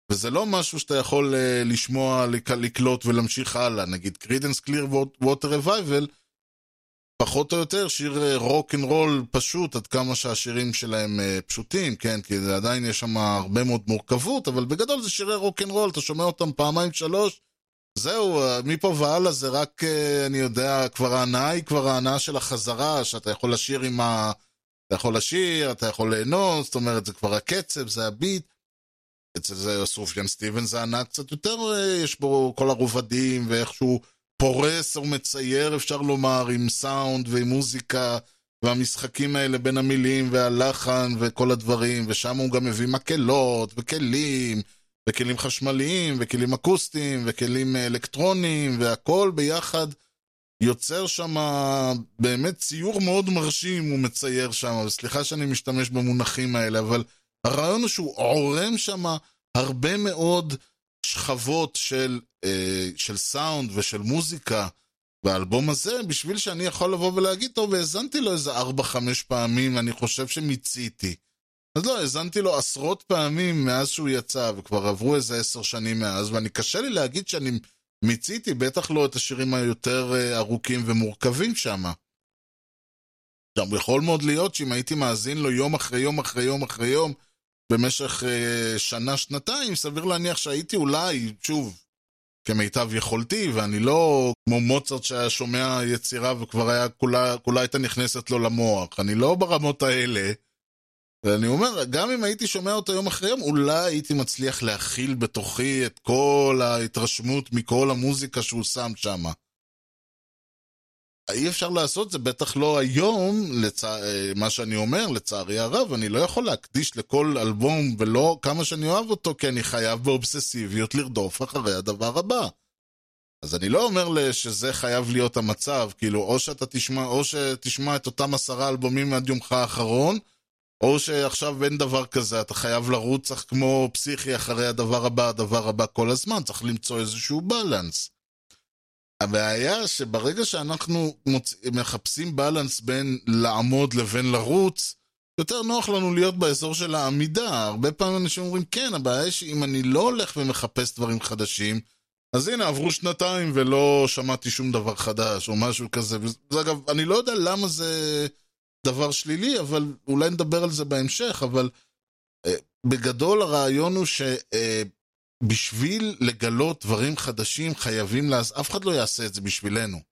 וזה לא משהו שאתה יכול לשמוע, לקלוט ולהמשיך הלאה. נגיד Creedence Clearwater Revival, פחות או יותר שיר רוק אנד רול פשוט, עד כמה שהשירים שלהם פשוטים, כן? כי עדיין יש שם הרבה מאוד מורכבות, אבל בגדול זה שירי רוק אנד רול, אתה שומע אותם פעמיים שלוש, זהו, מפה והלאה זה רק, אני יודע, כבר ההנאה היא כבר ההנאה של החזרה, שאתה יכול לשיר אתה יכול לשיר, אתה יכול ליהנות, זאת אומרת, זה כבר הקצב, זה הביט. אצל זה סופיאן סטיבן זה ענק קצת יותר, יש בו כל הרובדים ואיכשהו פורס או מצייר, אפשר לומר, עם סאונד ועם מוזיקה, והמשחקים האלה בין המילים והלחן וכל הדברים, ושם הוא גם מביא מקלות וכלים, וכלים חשמליים וכלים אקוסטיים וכלים אלקטרוניים, והכל ביחד יוצר שם באמת ציור מאוד מרשים, הוא מצייר שם, וסליחה שאני משתמש במונחים האלה, אבל הרעיון הוא שהוא עורם שם הרבה מאוד שכבות של סאונד ושל מוזיקה באלבום הזה, בשביל שאני יכול לבוא ולהגיד, טוב, והזנתי לו איזה 4-5 פעמים, אני חושב שמיציתי. אז לא, הזנתי לו עשרות פעמים מאז שהוא יצא, וכבר עברו איזה 10 שנים מאז, ואני קשה לי להגיד שאני מיציתי, בטח לא את השירים היותר ארוכים ומורכבים שם. גם יכול מאוד להיות שאם הייתי מאזין לו יום אחרי יום אחרי יום אחרי יום, במשך שנה, שנתיים, סביר להניח שהייתי אולי, שוב, כמיטב יכולתי, ואני לא כמו מוצרט שהיה שומע יצירה וכבר היה, כולה הייתה נכנסת לו למוח. אני לא ברמות האלה, ואני אומר, גם אם הייתי שומע אותו יום אחרי יום, אולי הייתי מצליח להכיל בתוכי את כל ההתרשמות מכל המוזיקה שהוא שם שם. אי אפשר לעשות זה, בטח לא היום, מה שאני אומר, לצערי הרב, אני לא יכול להקדיש לכל אלבום ולא כמה שאני אוהב אותו, כי אני חייב באובססיביות לרדוף אחרי הדבר הבא. אז אני לא אומר שזה חייב להיות המצב, כאילו, או שתשמע את אותם 10 אלבומים עד יומך האחרון, או שעכשיו אין דבר כזה, אתה חייב לרוץ צריך כמו פסיכי אחרי הדבר הבא כל הזמן, צריך למצוא איזשהו בלנס. הבעיה שברגע שאנחנו מחפשים בלנס בין לעמוד לבין לרוץ, יותר נוח לנו להיות באזור של העמידה. הרבה פעמים אנשים אומרים, כן, הבעיה היא שאם אני לא הולך ומחפש דברים חדשים, אז הנה, עברו 2 ולא שמעתי שום דבר חדש או משהו כזה. ואגב, אני לא יודע למה זה דבר שלילי, אבל אולי נדבר על זה בהמשך, אבל בגדול הרעיון הוא בשביל לגלות דברים חדשים חייבים אף אחד לא יעשה את זה בשבילנו.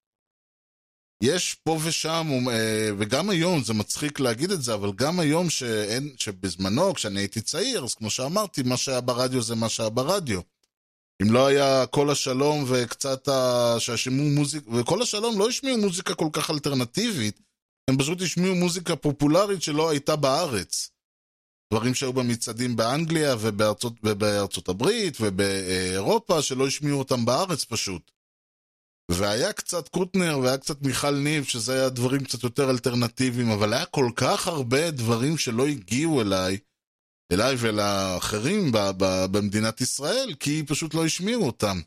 יש פה ושם, וגם היום, זה מצחיק להגיד את זה, אבל גם היום שבזמנו, כשאני הייתי צעיר, אז כמו שאמרתי, מה שהיה ברדיו זה מה שהיה ברדיו. אם לא היה כל השלום וקצת שהשמיעו מוזיקה, וכל השלום לא השמיעו מוזיקה כל כך אלטרנטיבית, הם פשוט השמיעו מוזיקה פופולרית שלא הייתה בארץ. דברים שהיו במצעדים באנגליה ובארצות הברית ובאירופה שלא השמיעו אותם בארץ פשוט. והיה קצת קוטנר והיה קצת מיכל ניב, שזה היה דברים קצת יותר אלטרנטיביים, אבל היה כל כך הרבה דברים שלא הגיעו אליי ולאחרים במדינת ישראל, כי פשוט לא השמיעו אותם.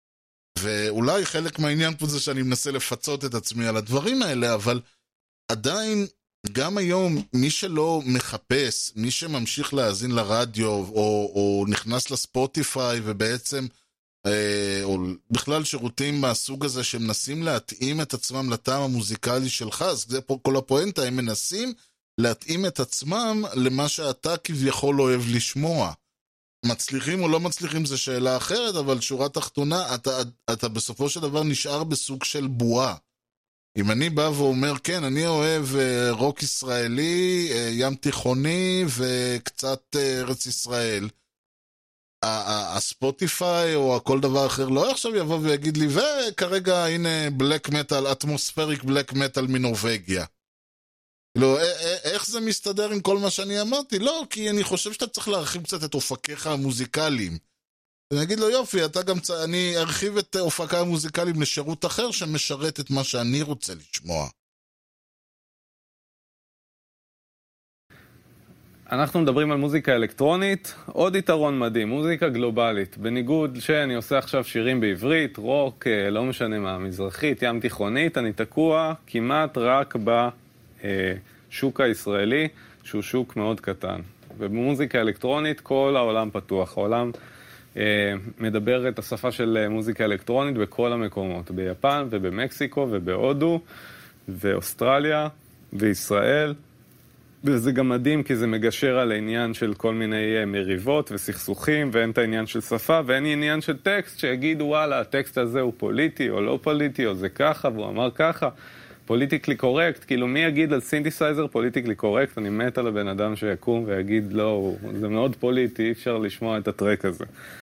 ואולי חלק מהעניין פה זה שאני מנסה לפצות את עצמי על הדברים האלה, אבל עדיין גם היום מי שלא מחפש, מי שממשיך להאזין לרדיו או נכנס לספוטיפיי ובעצם או בכלל שירותים מהסוג הזה שמנסים להתאים את עצמם לטעם המוזיקלי שלך, אז זה פה כל הפואנטה, הם מנסים להתאים את עצמם למה שאתה כביכול אוהב לשמוע. מצליחים או לא מצליחים זה שאלה אחרת, אבל שורה תחתונה, אתה בסופו של דבר נשאר בסוג של בועה. אם אני בא ואומר, כן, אני אוהב רוק ישראלי, ים תיכוני וקצת ארץ ישראל, הספוטיפיי או כל דבר אחר לא עכשיו יבוא ויגיד לי, וכרגע הנה בלק מטל, אטמוספריק בלק מטל מנורווגיה. לא, איך זה מסתדר עם כל מה שאני אמרתי? לא, כי אני חושב שאתה צריך להרחיב קצת את אופקיך המוזיקליים. אני אגיד לו, יופי, אני ארחיב את אופקיי המוזיקליים לשירות אחר שמשרת את מה שאני רוצה לשמוע. אנחנו מדברים על מוזיקה אלקטרונית, עוד יתרון מדהים, מוזיקה גלובלית. בניגוד שאני עושה עכשיו שירים בעברית, רוק, לא משנה מה, מזרחית, ים תיכונית, אני תקוע כמעט רק בשוק הישראלי, שהוא שוק מאוד קטן. ובמוזיקה אלקטרונית כל העולם פתוח, העולם מדבר את השפה של מוזיקה אלקטרונית בכל המקומות, ביפן ובמקסיקו ובהודו ואוסטרליה וישראל. וזה גם מדהים כי זה מגשר על העניין של כל מיני מריבות וסכסוכים, ואין את העניין של שפה, ואין עניין של טקסט שיגידו וואלה, הטקסט הזה הוא פוליטי או לא פוליטי, או זה ככה והוא אמר ככה. פוליטיקלי קורקט, כאילו מי יגיד על סינתסייזר פוליטיקלי קורקט? אני מת על הבן אדם שיקום ויגיד לא, זה מאוד פוליטי, אי אפשר לשמוע את הטרק הזה.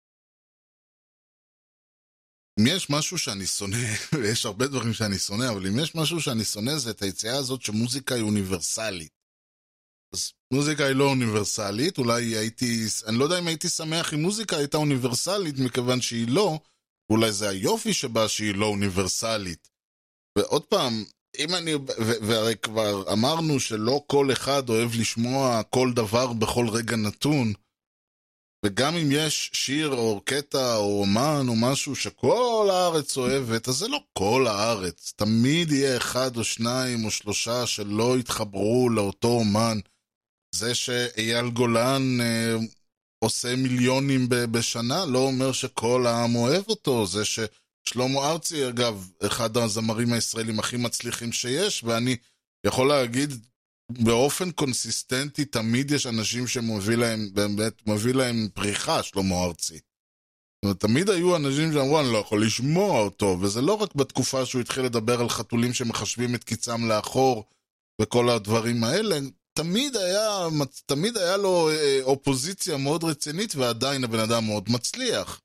אם יש משהו שאני שונא, ויש הרבה דברים שאני שונא, אבל אם יש משהו שאני שונא זה את היציאה הזאת שמוזיקה היא אוניברסלית. אז מוזיקה היא לא אוניברסלית, אני לא יודע אם הייתי שמח אם מוזיקה הייתה אוניברסלית, מכיוון שהיא לא, אולי זה היופי שבה שהיא לא אוניברסלית. ועוד פעם, והרי כבר אמרנו שלא כל אחד אוהב לשמוע כל דבר בכל רגע נתון, וגם אם יש שיר או קטע או אומן או משהו שכל הארץ אוהבת, אז זה לא כל הארץ. תמיד יהיה אחד או שניים או שלושה שלא יתחברו לאותו אומן. זה שאייל גולן עושה מיליונים בשנה לא אומר שכל העם אוהב אותו. זה ששלמה ארצי, אגב, אחד הזמרים הישראלים הכי מצליחים שיש, ואני יכול להגיד באופן קונסיסטנטי, תמיד יש אנשים שמביא להם, באמת מביא להם פריחה, שלמה ארצי. זאת אומרת, תמיד היו אנשים שאמרו, אני לא יכול לשמוע אותו, וזה לא רק בתקופה שהוא התחיל לדבר על חתולים שמחשבים את קיצם לאחור, וכל הדברים האלה, תמיד היה לו אופוזיציה מאוד רצינית, ועדיין הבן אדם מאוד מצליח.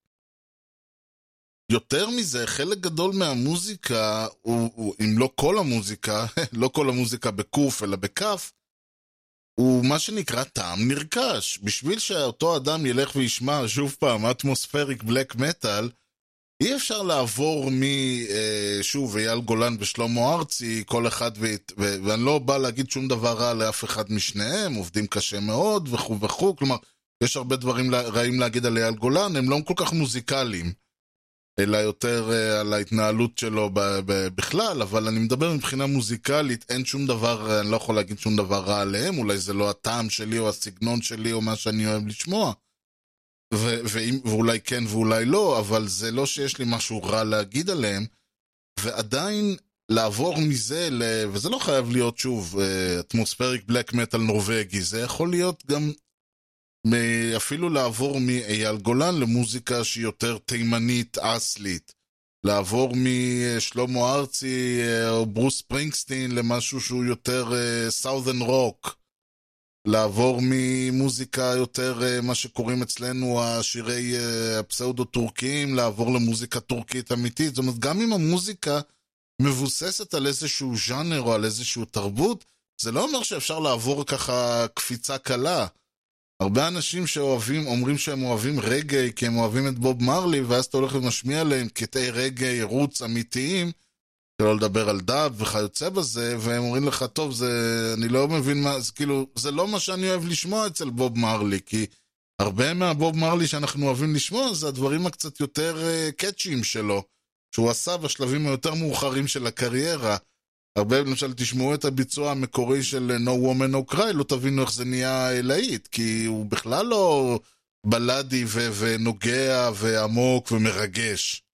יותר מזה, חלק גדול מהמוזיקה, אם לא כל המוזיקה, לא כל המוזיקה בקוף אלא בכף, הוא מה שנקרא טעם נרכש. בשביל שאותו אדם ילך וישמע שוב פעם אטמוספריק בלק מטל, אי אפשר לעבור שוב אייל גולן ושלמה ארצי, כל אחד, ואני לא בא להגיד שום דבר רע לאף אחד משניהם, עובדים קשה מאוד וכו' וכו', כלומר, יש הרבה דברים רעים להגיד על אייל גולן, הם לא כל כך מוזיקליים. אלא יותר על ההתנהלות שלו בכלל, אבל אני מדבר מבחינה מוזיקלית, אין שום דבר, אני לא יכול להגיד שום דבר רע עליהם, אולי זה לא הטעם שלי או הסגנון שלי או מה שאני אוהב לשמוע, ואולי כן ואולי לא, אבל זה לא שיש לי משהו רע להגיד עליהם, ועדיין לעבור מזה, וזה לא חייב להיות שוב אטמוספריק בלק מטל נורווגי, זה יכול להיות גם אפילו לעבור מאייל גולן למוזיקה שהיא יותר תימנית אסלית, לעבור משלמה ארצי או ברוס ספרינגסטין למשהו שהוא יותר סאות'רן רוק, לעבור ממוזיקה יותר מה שקוראים אצלנו השירי הפסאודו טורקיים, לעבור למוזיקה טורקית אמיתית. זאת אומרת, גם אם המוזיקה מבוססת על איזשהו ז'אנר או על איזשהו תרבות, זה לא אומר שאפשר לעבור ככה קפיצה קלה. הרבה אנשים שאוהבים, אומרים שהם אוהבים רגעי, כי הם אוהבים את בוב מרלי, ואז אתה הולך ומשמיע להם קטעי רגעי רוץ אמיתיים, שלא לדבר על דאב וכיוצא בזה, והם אומרים לך, טוב, אני לא מבין מה, כאילו, זה לא מה שאני אוהב לשמוע אצל בוב מרלי, כי הרבה מהבוב מרלי שאנחנו אוהבים לשמוע, זה הדברים הקצת יותר קאצ'יים שלו, שהוא עשה בשלבים היותר מאוחרים של הקריירה. הרבה, למשל, תשמעו את הביצוע המקורי של No Woman No Cry, לא תבינו איך זה נהיה להיט, כי הוא בכלל לא בלדי ונוגע ועמוק ומרגש.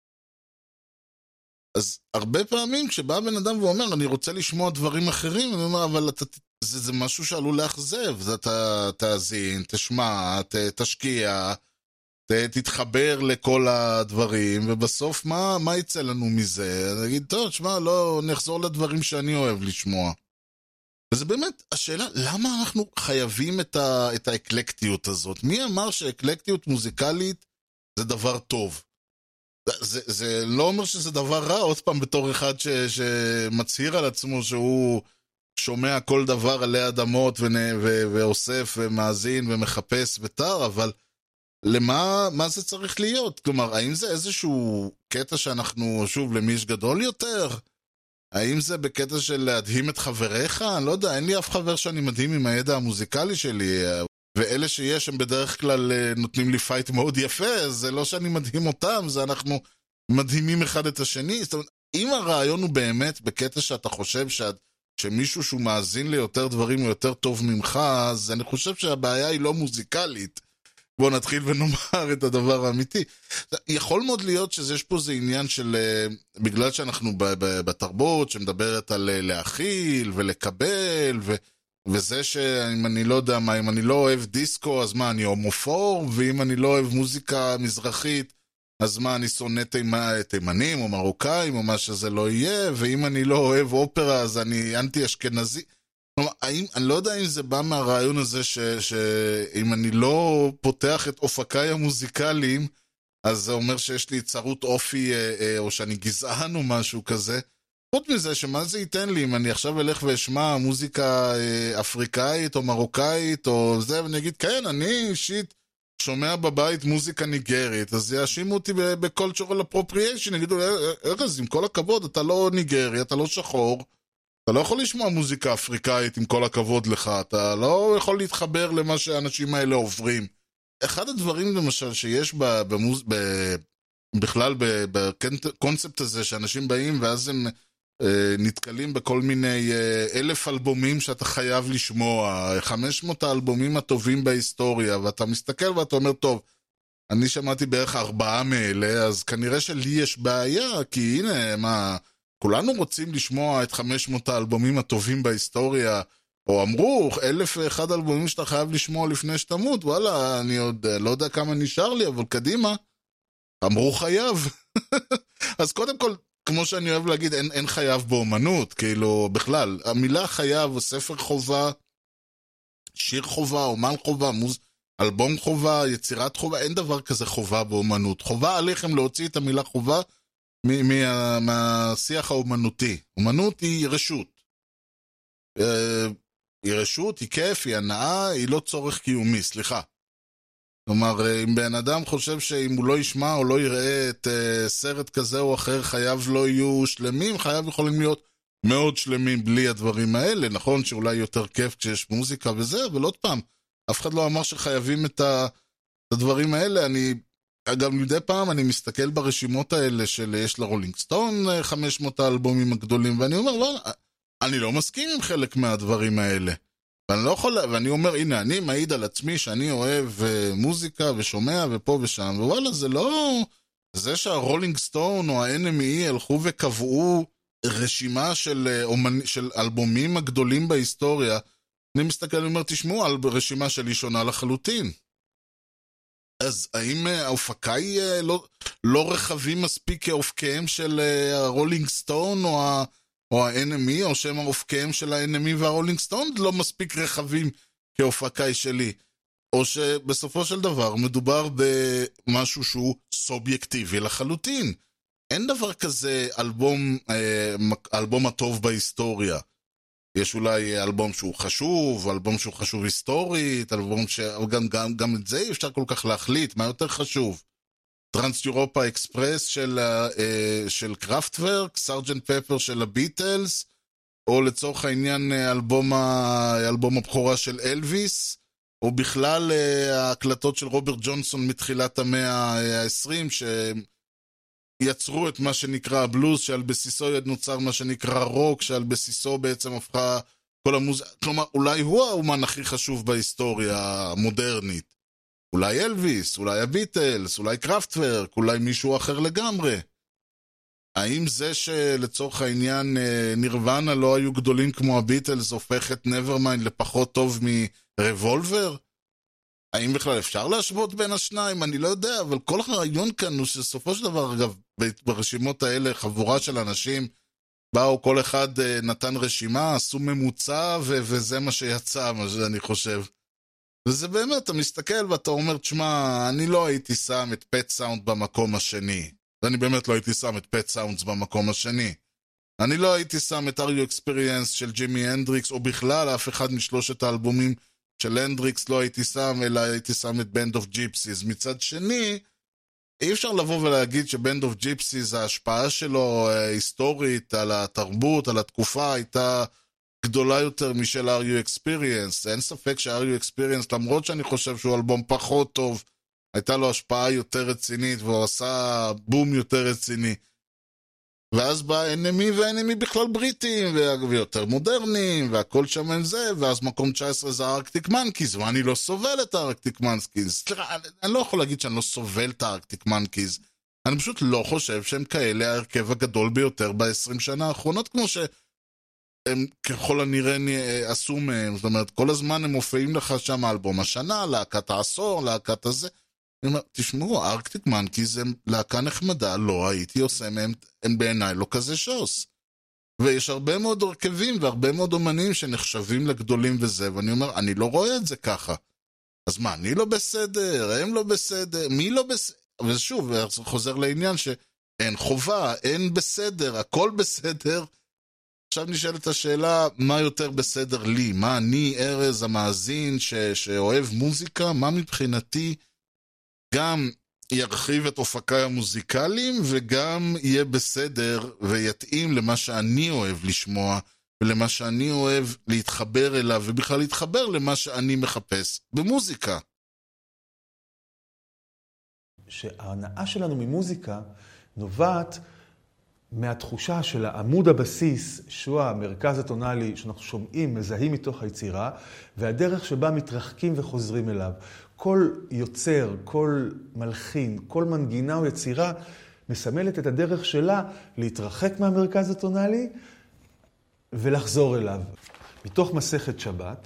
אז הרבה פעמים כשבא בן אדם ואומר, אני רוצה לשמוע דברים אחרים, אני אומר, אבל זה משהו שעלול להחזב, אתה תאזין, תשמע, תשקיע, תתחבר לכל הדברים, ובסוף מה יצא לנו מזה? נגיד, טוב, תשמע, לא נחזור לדברים שאני אוהב לשמוע. וזה באמת השאלה, למה אנחנו חייבים את האקלקטיות הזאת? מי אמר שאקלקטיות מוזיקלית זה דבר טוב? זה לא אומר שזה דבר רע, עוד פעם בתור אחד שמצהיר על עצמו שהוא שומע כל דבר עלי אדמות ואוסף ומאזין ומחפש ותר, אבל מה זה צריך להיות? כלומר, האם זה איזשהו קטע שאנחנו, שוב, למי יש גדול יותר? האם זה בקטע של להדהים את חבריך? אני לא יודע, אין לי אף חבר שאני מדהים עם הידע המוזיקלי שלי, ואלה שיש הם בדרך כלל נותנים לי פייט מאוד יפה, זה לא שאני מדהים אותם, זה אנחנו מדהימים אחד את השני. זאת אומרת, אם הרעיון הוא באמת בקטע שאתה חושב שמישהו שהוא מאזין ליותר דברים הוא יותר טוב ממך, אז אני חושב שהבעיה היא לא מוזיקלית, בוא נתחיל ונאמר את הדבר האמיתי. יכול מאוד להיות שיש פה זה עניין של, בגלל שאנחנו בתרבות שמדברת על להכיל ולקבל, וזה שאם אני לא יודע מה, אם אני לא אוהב דיסקו, אז מה, אני הומופוב, ואם אני לא אוהב מוזיקה מזרחית, אז מה, אני שונא תימנים או מרוקאים או מה שזה לא יהיה, ואם אני לא אוהב אופרה, אז אני אנטי אשכנזי. אני לא יודע אם זה בא מהרעיון הזה שאם אני לא פותח את אופקיי המוזיקליים, אז זה אומר שיש לי צרות אופי, או שאני גזען או משהו כזה. חוץ מזה, שמה זה ייתן לי אם אני עכשיו אלך ואשמע מוזיקה אפריקאית או מרוקאית או זה, ואני אגיד, כן, אני אישית שומע בבית מוזיקה ניגרית, אז יאשימו אותי ב-cultural appropriation, יגידו, ארז, עם כל הכבוד, אתה לא ניגרי, אתה לא שחור, אתה לא יכול לשמוע מוזיקה אפריקאית עם כל הכבוד לך, אתה לא יכול להתחבר למה שהאנשים האלה עוברים. אחד הדברים למשל שיש בכלל בקונספט הזה שאנשים באים ואז הם נתקלים בכל מיני 1,000 אלבומים שאתה חייב לשמוע, 500 האלבומים הטובים בהיסטוריה, ואתה מסתכל ואתה אומר, טוב, אני שמעתי בערך 4 מאלה, אז כנראה שלי יש בעיה, כי הנה, מה, כולנו רוצים לשמוע את 500 האלבומים הטובים בהיסטוריה, או אמרו, 1,001 אלבומים שאתה חייב לשמוע לפני שתמות, וואלה, אני עוד לא יודע כמה נשאר לי, אבל קדימה, אמרו חייב. אז קודם כל, כמו שאני אוהב להגיד, אין חייב באומנות, כאילו, בכלל, המילה חייב, ספר חובה, שיר חובה, אומן חובה, אלבום חובה, יצירת חובה, אין דבר כזה חובה באומנות. חובה עליכם להוציא את המילה חובה מהשיח האומנותי. אומנות היא רשות. היא רשות, היא כיף, היא הנאה, היא לא צורך קיומי, סליחה. כלומר, אם בן אדם חושב שאם הוא לא ישמע או לא יראה את סרט כזה או אחר, חייו לא יהיו שלמים, חייו יכולים להיות מאוד שלמים בלי הדברים האלה. נכון שאולי יותר כיף כשיש מוזיקה וזה, אבל עוד פעם, אף אחד לא אמר שחייבים את הדברים האלה. גם מדי פעם אני מסתכל ברשימות האלה של יש לרולינג סטון 500 האלבומים הגדולים, ואני אומר, לא, אני לא מסכים עם חלק מהדברים האלה. ואני לא יכול, ואני אומר, הנה, אני מעיד על עצמי שאני אוהב מוזיקה ושומע ופה ושם, ווואלה, זה לא, זה שהרולינג סטון או ה-NME הלכו וקבעו רשימה של אלבומים הגדולים בהיסטוריה, אני מסתכל ואומר, תשמעו, על רשימה שלי שונה לחלוטין. אז האם ההופקה היא לא רחבים מספיק כאופקיהם של הרולינג סטון או ה-NME, או שהם האופקיהם של ה-NME והרולינג סטון לא מספיק רחבים כאופקאי שלי, או שבסופו של דבר מדובר במשהו שהוא סובייקטיבי לחלוטין. אין דבר כזה אלבום הטוב בהיסטוריה. יש אולי אלבום שהוא חשוב, אלבום שהוא חשוב היסטורית, אלבום גם את זה אי אפשר כל כך להחליט, מה יותר חשוב? טרנס יורופה אקספרס של קראפטוורק, סרג'נט פפר של הביטלס, או לצורך העניין אלבום הבכורה של אלוויס, או בכלל ההקלטות של רוברט ג'ונסון מתחילת המאה ה-20, שיצרו את מה שנקרא הבלוז, שעל בסיסו נוצר מה שנקרא רוק, שעל בסיסו בעצם הפכה כל המוזיקה, כלומר אולי הוא האומן הכי חשוב בהיסטוריה המודרנית. אולי אלוויס, אולי הביטלס, אולי קראפטוורק, אולי מישהו אחר לגמרי. האם זה שלצורך העניין נירוונה לא היו גדולים כמו הביטלס הופך את נברמיינד לפחות טוב מרבולבר? האם בכלל אפשר להשוות בין השניים? אני לא יודע, אבל כל הרעיון כאן הוא שסופו של דבר, אגב, ברשימות האלה חבורה של אנשים באו, כל אחד נתן רשימה, עשו ממוצע וזה מה שיצא, מה שאני חושב. וזה באמת, אתה מסתכל ואתה אומר, תשמע, אני לא הייתי שם את פט סאונד במקום השני. ואני באמת לא הייתי שם את פט סאונדס במקום השני. אני לא הייתי שם את אריו אקספריאנס של ג'ימי הנדריקס, או בכלל אף אחד משלושת האלבומים של הנדריקס לא הייתי שם, אלא הייתי שם את בנד אוף ג'יפסיז. מצד שני, אי אפשר לבוא ולהגיד שבנד אוף ג'יפסיז, ההשפעה שלו היסטורית על התרבות, על התקופה, הייתה גדולה יותר משל RU Experience. אין ספק ש-RU Experience, למרות שאני חושב שהוא אלבום פחות טוב, הייתה לו השפעה יותר רצינית, והוא עשה בום יותר רציני. ואז בא NME, וה-NME בכלל בריטים, ויותר מודרניים, והכל שם עם זה, ואז מקום 19 זה הארקטיק מנקיז, ואני לא סובל את הארקטיק מנקיז. סליחה, אני לא יכול להגיד שאני לא סובל את הארקטיק מנקיז, אני פשוט לא חושב שהם כאלה ההרכב הגדול ביותר ב-20 שנה האחרונות, כמו שהם ככל הנראה עשו מהם, זאת אומרת, כל הזמן הם מופיעים לך שם אלבום השנה, להקת העשור, להקת הזה, אני אומר, תשמעו, ארקטיק מנקיז הם להקה נחמדה, לא הייתי עושה מהם, הם בעיניי לא כזה שוס. ויש הרבה מאוד הרכבים והרבה מאוד אומנים שנחשבים לגדולים וזה, ואני אומר, אני לא רואה את זה ככה. אז מה, אני לא בסדר, הם לא בסדר, מי לא בסדר? ושוב, חוזר לעניין שאין חובה, אין בסדר, הכל בסדר. עכשיו נשאלת השאלה, מה יותר בסדר לי? מה אני, ארז המאזין שאוהב מוזיקה, מה מבחינתי גם ירחיב את אופקיי המוזיקליים, וגם יהיה בסדר ויתאים למה שאני אוהב לשמוע, ולמה שאני אוהב להתחבר אליו, ובכלל להתחבר למה שאני מחפש במוזיקה. שההנאה שלנו ממוזיקה נובעת מהתחושה של העמוד הבסיס, שהוא המרכז הטונלי שאנחנו שומעים, מזהים מתוך היצירה, והדרך שבה מתרחקים וחוזרים אליו. כל יוצר, כל מלחין, כל מנגינה או יצירה מסמלת את הדרך שלה להתרחק מהמרכז הטונלי ולחזור אליו. מתוך מסכת שבת,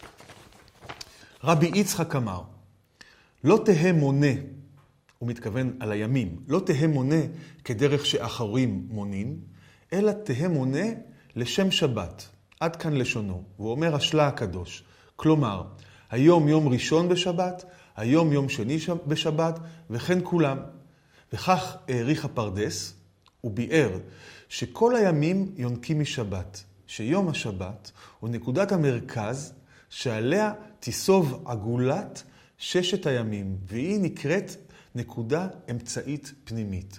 רבי יצחק אמר, לא תהא מונה, הוא מתכוון על הימים, לא תהא מונה כדרך שאחרים מונים, אלא תהא מונה לשם שבת. עד כאן לשונו. הוא אומר השלה הקדוש. כלומר, היום יום ראשון בשבת, היום יום שני בשבת, וכן כולם. וכך העריך הפרדס, הוא ביאר שכל הימים יונקים משבת, שיום השבת הוא נקודת המרכז שעליה תיסוב עגולת ששת הימים, והיא נקראת נקודה אמצעית פנימית.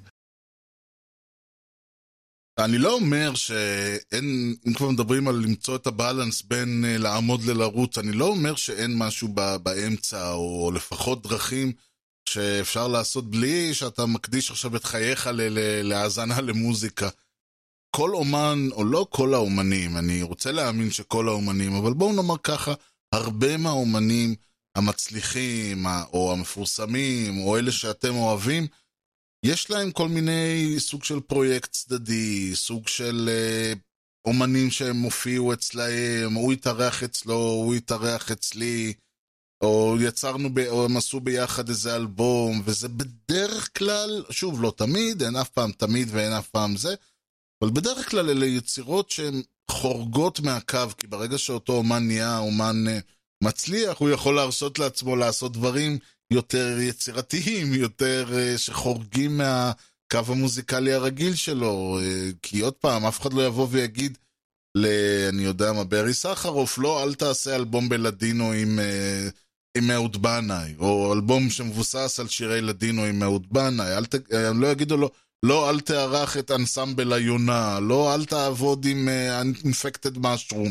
אני לא אומר שאין, אם כבר מדברים על למצוא את הבאלנס בין לעמוד ללרוץ, אני לא אומר שאין משהו באמצע, או לפחות דרכים שאפשר לעשות בלי שאתה מקדיש עכשיו את חייך להאזנה למוזיקה. כל אומן, או לא כל האומנים, אני רוצה להאמין שכל האומנים, אבל בואו נאמר ככה, הרבה מהאומנים המצליחים, או המפורסמים, או אלה שאתם אוהבים, יש להם כל מיני סוג של פרויקט צדדי, סוג של אומנים שהם מופיעו אצלהם, הוא יתארח אצלו, הוא יתארח אצלי, או או הם עשו ביחד איזה אלבום, וזה בדרך כלל, שוב, לא תמיד, אין אף פעם תמיד ואין אף פעם זה, אבל בדרך כלל אלה יצירות שהן חורגות מהקו, כי ברגע שאותו אומן נהיה אומן מצליח, הוא יכול להרשות לעצמו לעשות דברים יותר יצירתיים, יותר שחורגים מהקו המוזיקלי הרגיל שלו, כי עוד פעם, אף אחד לא יבוא ויגיד, אני יודע מה, ברי סחרוף, לא, אל תעשה אלבום בלדינו עם אהוד בנאי, או אלבום שמבוסס על שירי לדינו עם אהוד בנאי, לא יגידו לו, לא, אל תערך את אנסמבל היונה, לא, אל תעבוד עם Infected Mushroom.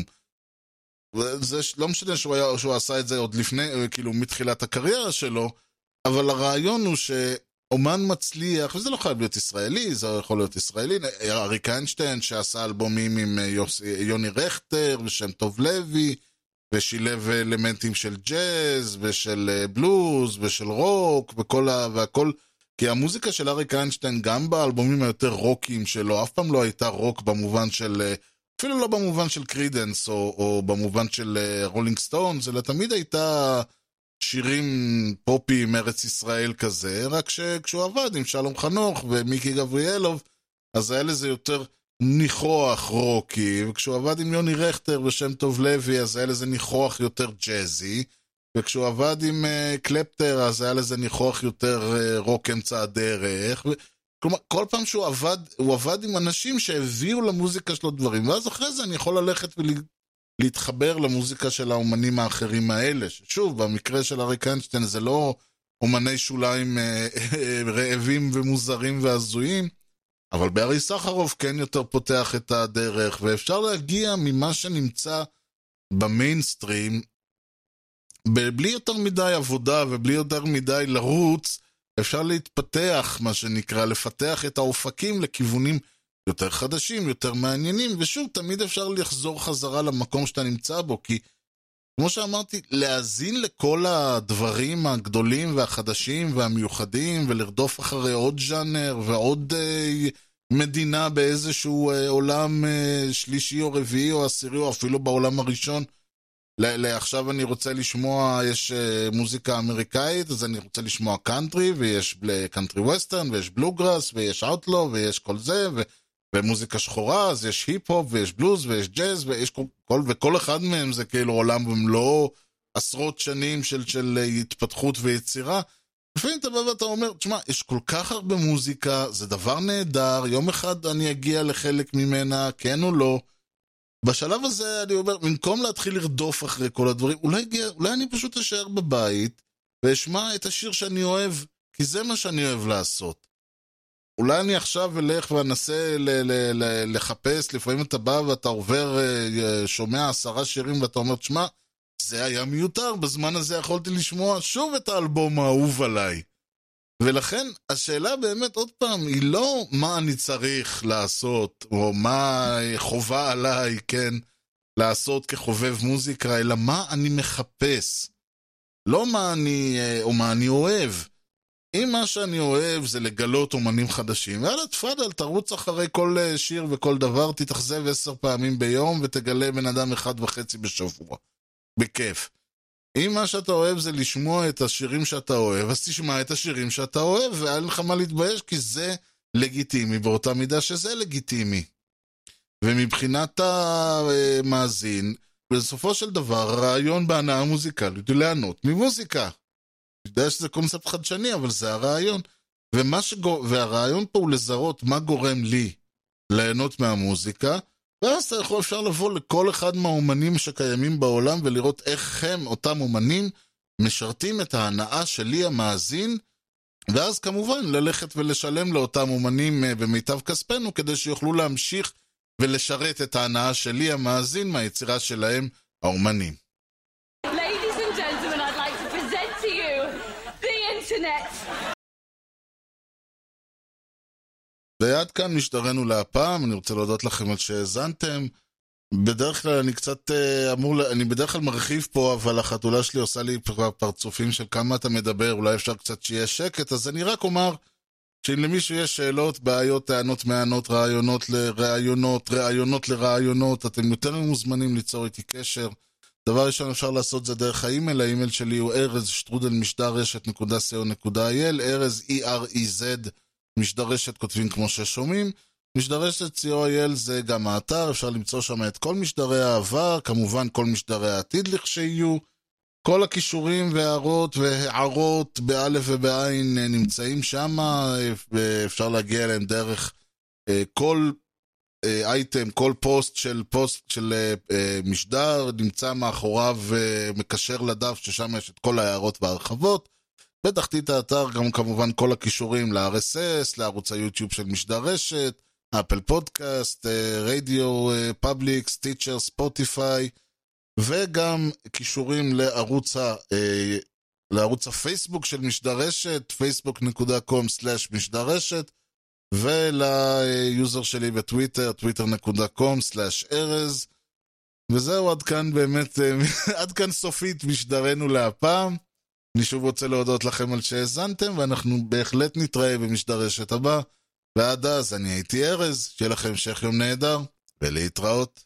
זה לא משנה שהוא עשה את זה עוד לפני, כאילו מתחילת הקריירה שלו, אבל הרעיון הוא שאומן מצליח, וזה לא חייב להיות ישראלי, זה יכול להיות ישראלי, אריק איינשטיין שעשה אלבומים עם יוני רכטר ושם טוב לוי, ושילב אלמנטים של ג'אז ושל בלוז ושל רוק והכל, כי המוזיקה של אריק איינשטיין גם באלבומים היותר רוקיים שלו, אף פעם לא הייתה רוק במובן של, אפילו לא במובן של קרידנס או במובן של רולינג סטונס, אלא תמיד הייתה שירים פופיים ארץ ישראל כזה, רק שכשהוא עבד עם שלום חנוך ומיקי גבריאלוב, אז היה לזה יותר ניחוח רוקי, וכשהוא עבד עם יוני רכטר ושם טוב לוי, אז היה לזה ניחוח יותר ג'אזי, וכשהוא עבד עם קלפטר, אז היה לזה ניחוח יותר רוק אמצע הדרך. כלומר, כל פעם שהוא עבד, הוא עבד עם אנשים שהביאו למוזיקה שלו דברים, ואז אחרי זה אני יכול ללכת ולהתחבר למוזיקה של האומנים האחרים האלה. שוב, במקרה של אריק איינשטיין זה לא אומני שוליים רעבים ומוזרים והזויים, אבל ברי סחרוף כן יותר פותח את הדרך, ואפשר להגיע ממה שנמצא במיינסטרים, בלי יותר מדי עבודה ובלי יותר מדי לרוץ, אפשר להתפתח, מה שנקרא, לפתח את האופקים לכיוונים יותר חדשים, יותר מעניינים, ושוב, תמיד אפשר לחזור חזרה למקום שאתה נמצא בו, כי כמו שאמרתי, להאזין לכל הדברים הגדולים והחדשים והמיוחדים, ולרדוף אחרי עוד ז'אנר ועוד מדינה באיזשהו עולם שלישי או רביעי או עשירי, או אפילו בעולם הראשון. עכשיו אני רוצה לשמוע, יש מוזיקה אמריקאית, אז אני רוצה לשמוע קאנטרי, ויש קאנטרי ווסטרן, ויש בלוגראס, ויש אוטלו, ויש כל זה, ומוזיקה שחורה, אז יש היפ-הופ, ויש בלוז, ויש ג'אז, וכל אחד מהם זה כאילו עולם במלוא עשרות שנים של התפתחות ויצירה. לפעמים אתה בא ואתה אומר, תשמע, יש כל כך הרבה מוזיקה, זה דבר נהדר, יום אחד אני אגיע לחלק ממנה, כן או לא. בשלב הזה אני אומר, במקום להתחיל לרדוף אחרי כל הדברים, אולי אני פשוט אשאר בבית, ואשמע את השיר שאני אוהב, כי זה מה שאני אוהב לעשות. אולי אני עכשיו אלך ואנסה לחפש, לפעמים אתה בא ואתה עובר, שומע 10 שירים ואתה אומר, תשמע, זה היה מיותר, בזמן הזה יכולתי לשמוע שוב את האלבום האהוב עליי. ולכן השאלה באמת עוד פעם, היא לא מה אני צריך לעשות, או מה חובה עליי, כן, לעשות כחובב מוזיקה, אלא מה אני מחפש. לא מה אני אוהב. אם מה שאני אוהב זה לגלות אומנים חדשים, ואללה תפדל, תרוץ אחרי כל שיר וכל דבר, תתאכזב 10 פעמים ביום ותגלה בן אדם 1.5 בשבוע. בכיף. אם מה שאתה אוהב זה לשמוע את השירים שאתה אוהב, אז תשמע את השירים שאתה אוהב, ואין לך מה להתבייש, כי זה לגיטימי, באותה מידה שזה לגיטימי. ומבחינת המאזין, בסופו של דבר, הרעיון בהנאה מוזיקלית הוא ליהנות ממוזיקה. אני יודע שזה קונספט חדשני, אבל זה הרעיון. והרעיון פה הוא לזהות מה גורם לי ליהנות מהמוזיקה, ואז אפשר לבוא לכל אחד מהאומנים שקיימים בעולם, ולראות איך הם, אותם אומנים, משרתים את ההנאה שלי המאזין, ואז כמובן ללכת ולשלם לאותם אומנים במיטב כספנו, כדי שיוכלו להמשיך ולשרת את ההנאה שלי המאזין מהיצירה שלהם האומנים. Ladies and gentlemen, I'd like to present to you the internet. ועד כאן משדרנו להפעם, אני רוצה להודות לכם על שהאזנתם. בדרך כלל אני בדרך כלל מרחיב פה, אבל החתולה שלי עושה לי פרצופים של כמה אתה מדבר, אולי אפשר קצת שיהיה שקט, אז אני רק אומר שאם למישהו יש שאלות, בעיות, טענות, מענות, רעיונות לרעיונות, אתם יותר מוזמנים ליצור איתי קשר. דבר ראשון אפשר לעשות זה דרך האימייל, האימייל שלי הוא erez@משדרשת.co.il, ארז EREZ, משדרשת כותבים כמו ששומעים. משדרשת co.il זה גם האתר, אפשר למצוא שם את כל משדרי העבר, כמובן כל משדרי העתיד לכשיהיו, כל הכישורים והערות באלף ובעין נמצאים שם, ואפשר להגיע אליהם דרך כל אייטם, כל פוסט של משדר, נמצא מאחוריו מקשר לדף ששם יש את כל ההערות וההרחבות. בתחתית האתר גם כמובן כל הכישורים ל-RSS, לערוץ היוטיוב של משדרשת, אפל פודקאסט, רדיו פאבליק, סטיצ'ר, ספוטיפיי, וגם כישורים לערוץ הפייסבוק של משדרשת, facebook.com/משדרשת, וליוזר שלי בטוויטר, twitter.com/erez. וזהו, עד כאן באמת, עד כאן סופית משדרנו להפעם. אני שוב רוצה להודות לכם על שהאזנתם, ואנחנו בהחלט נתראה במשדרשת הבא. ועד אז אני הייתי ארז, שיהיה לכם המשך יום נהדר, ולהתראות.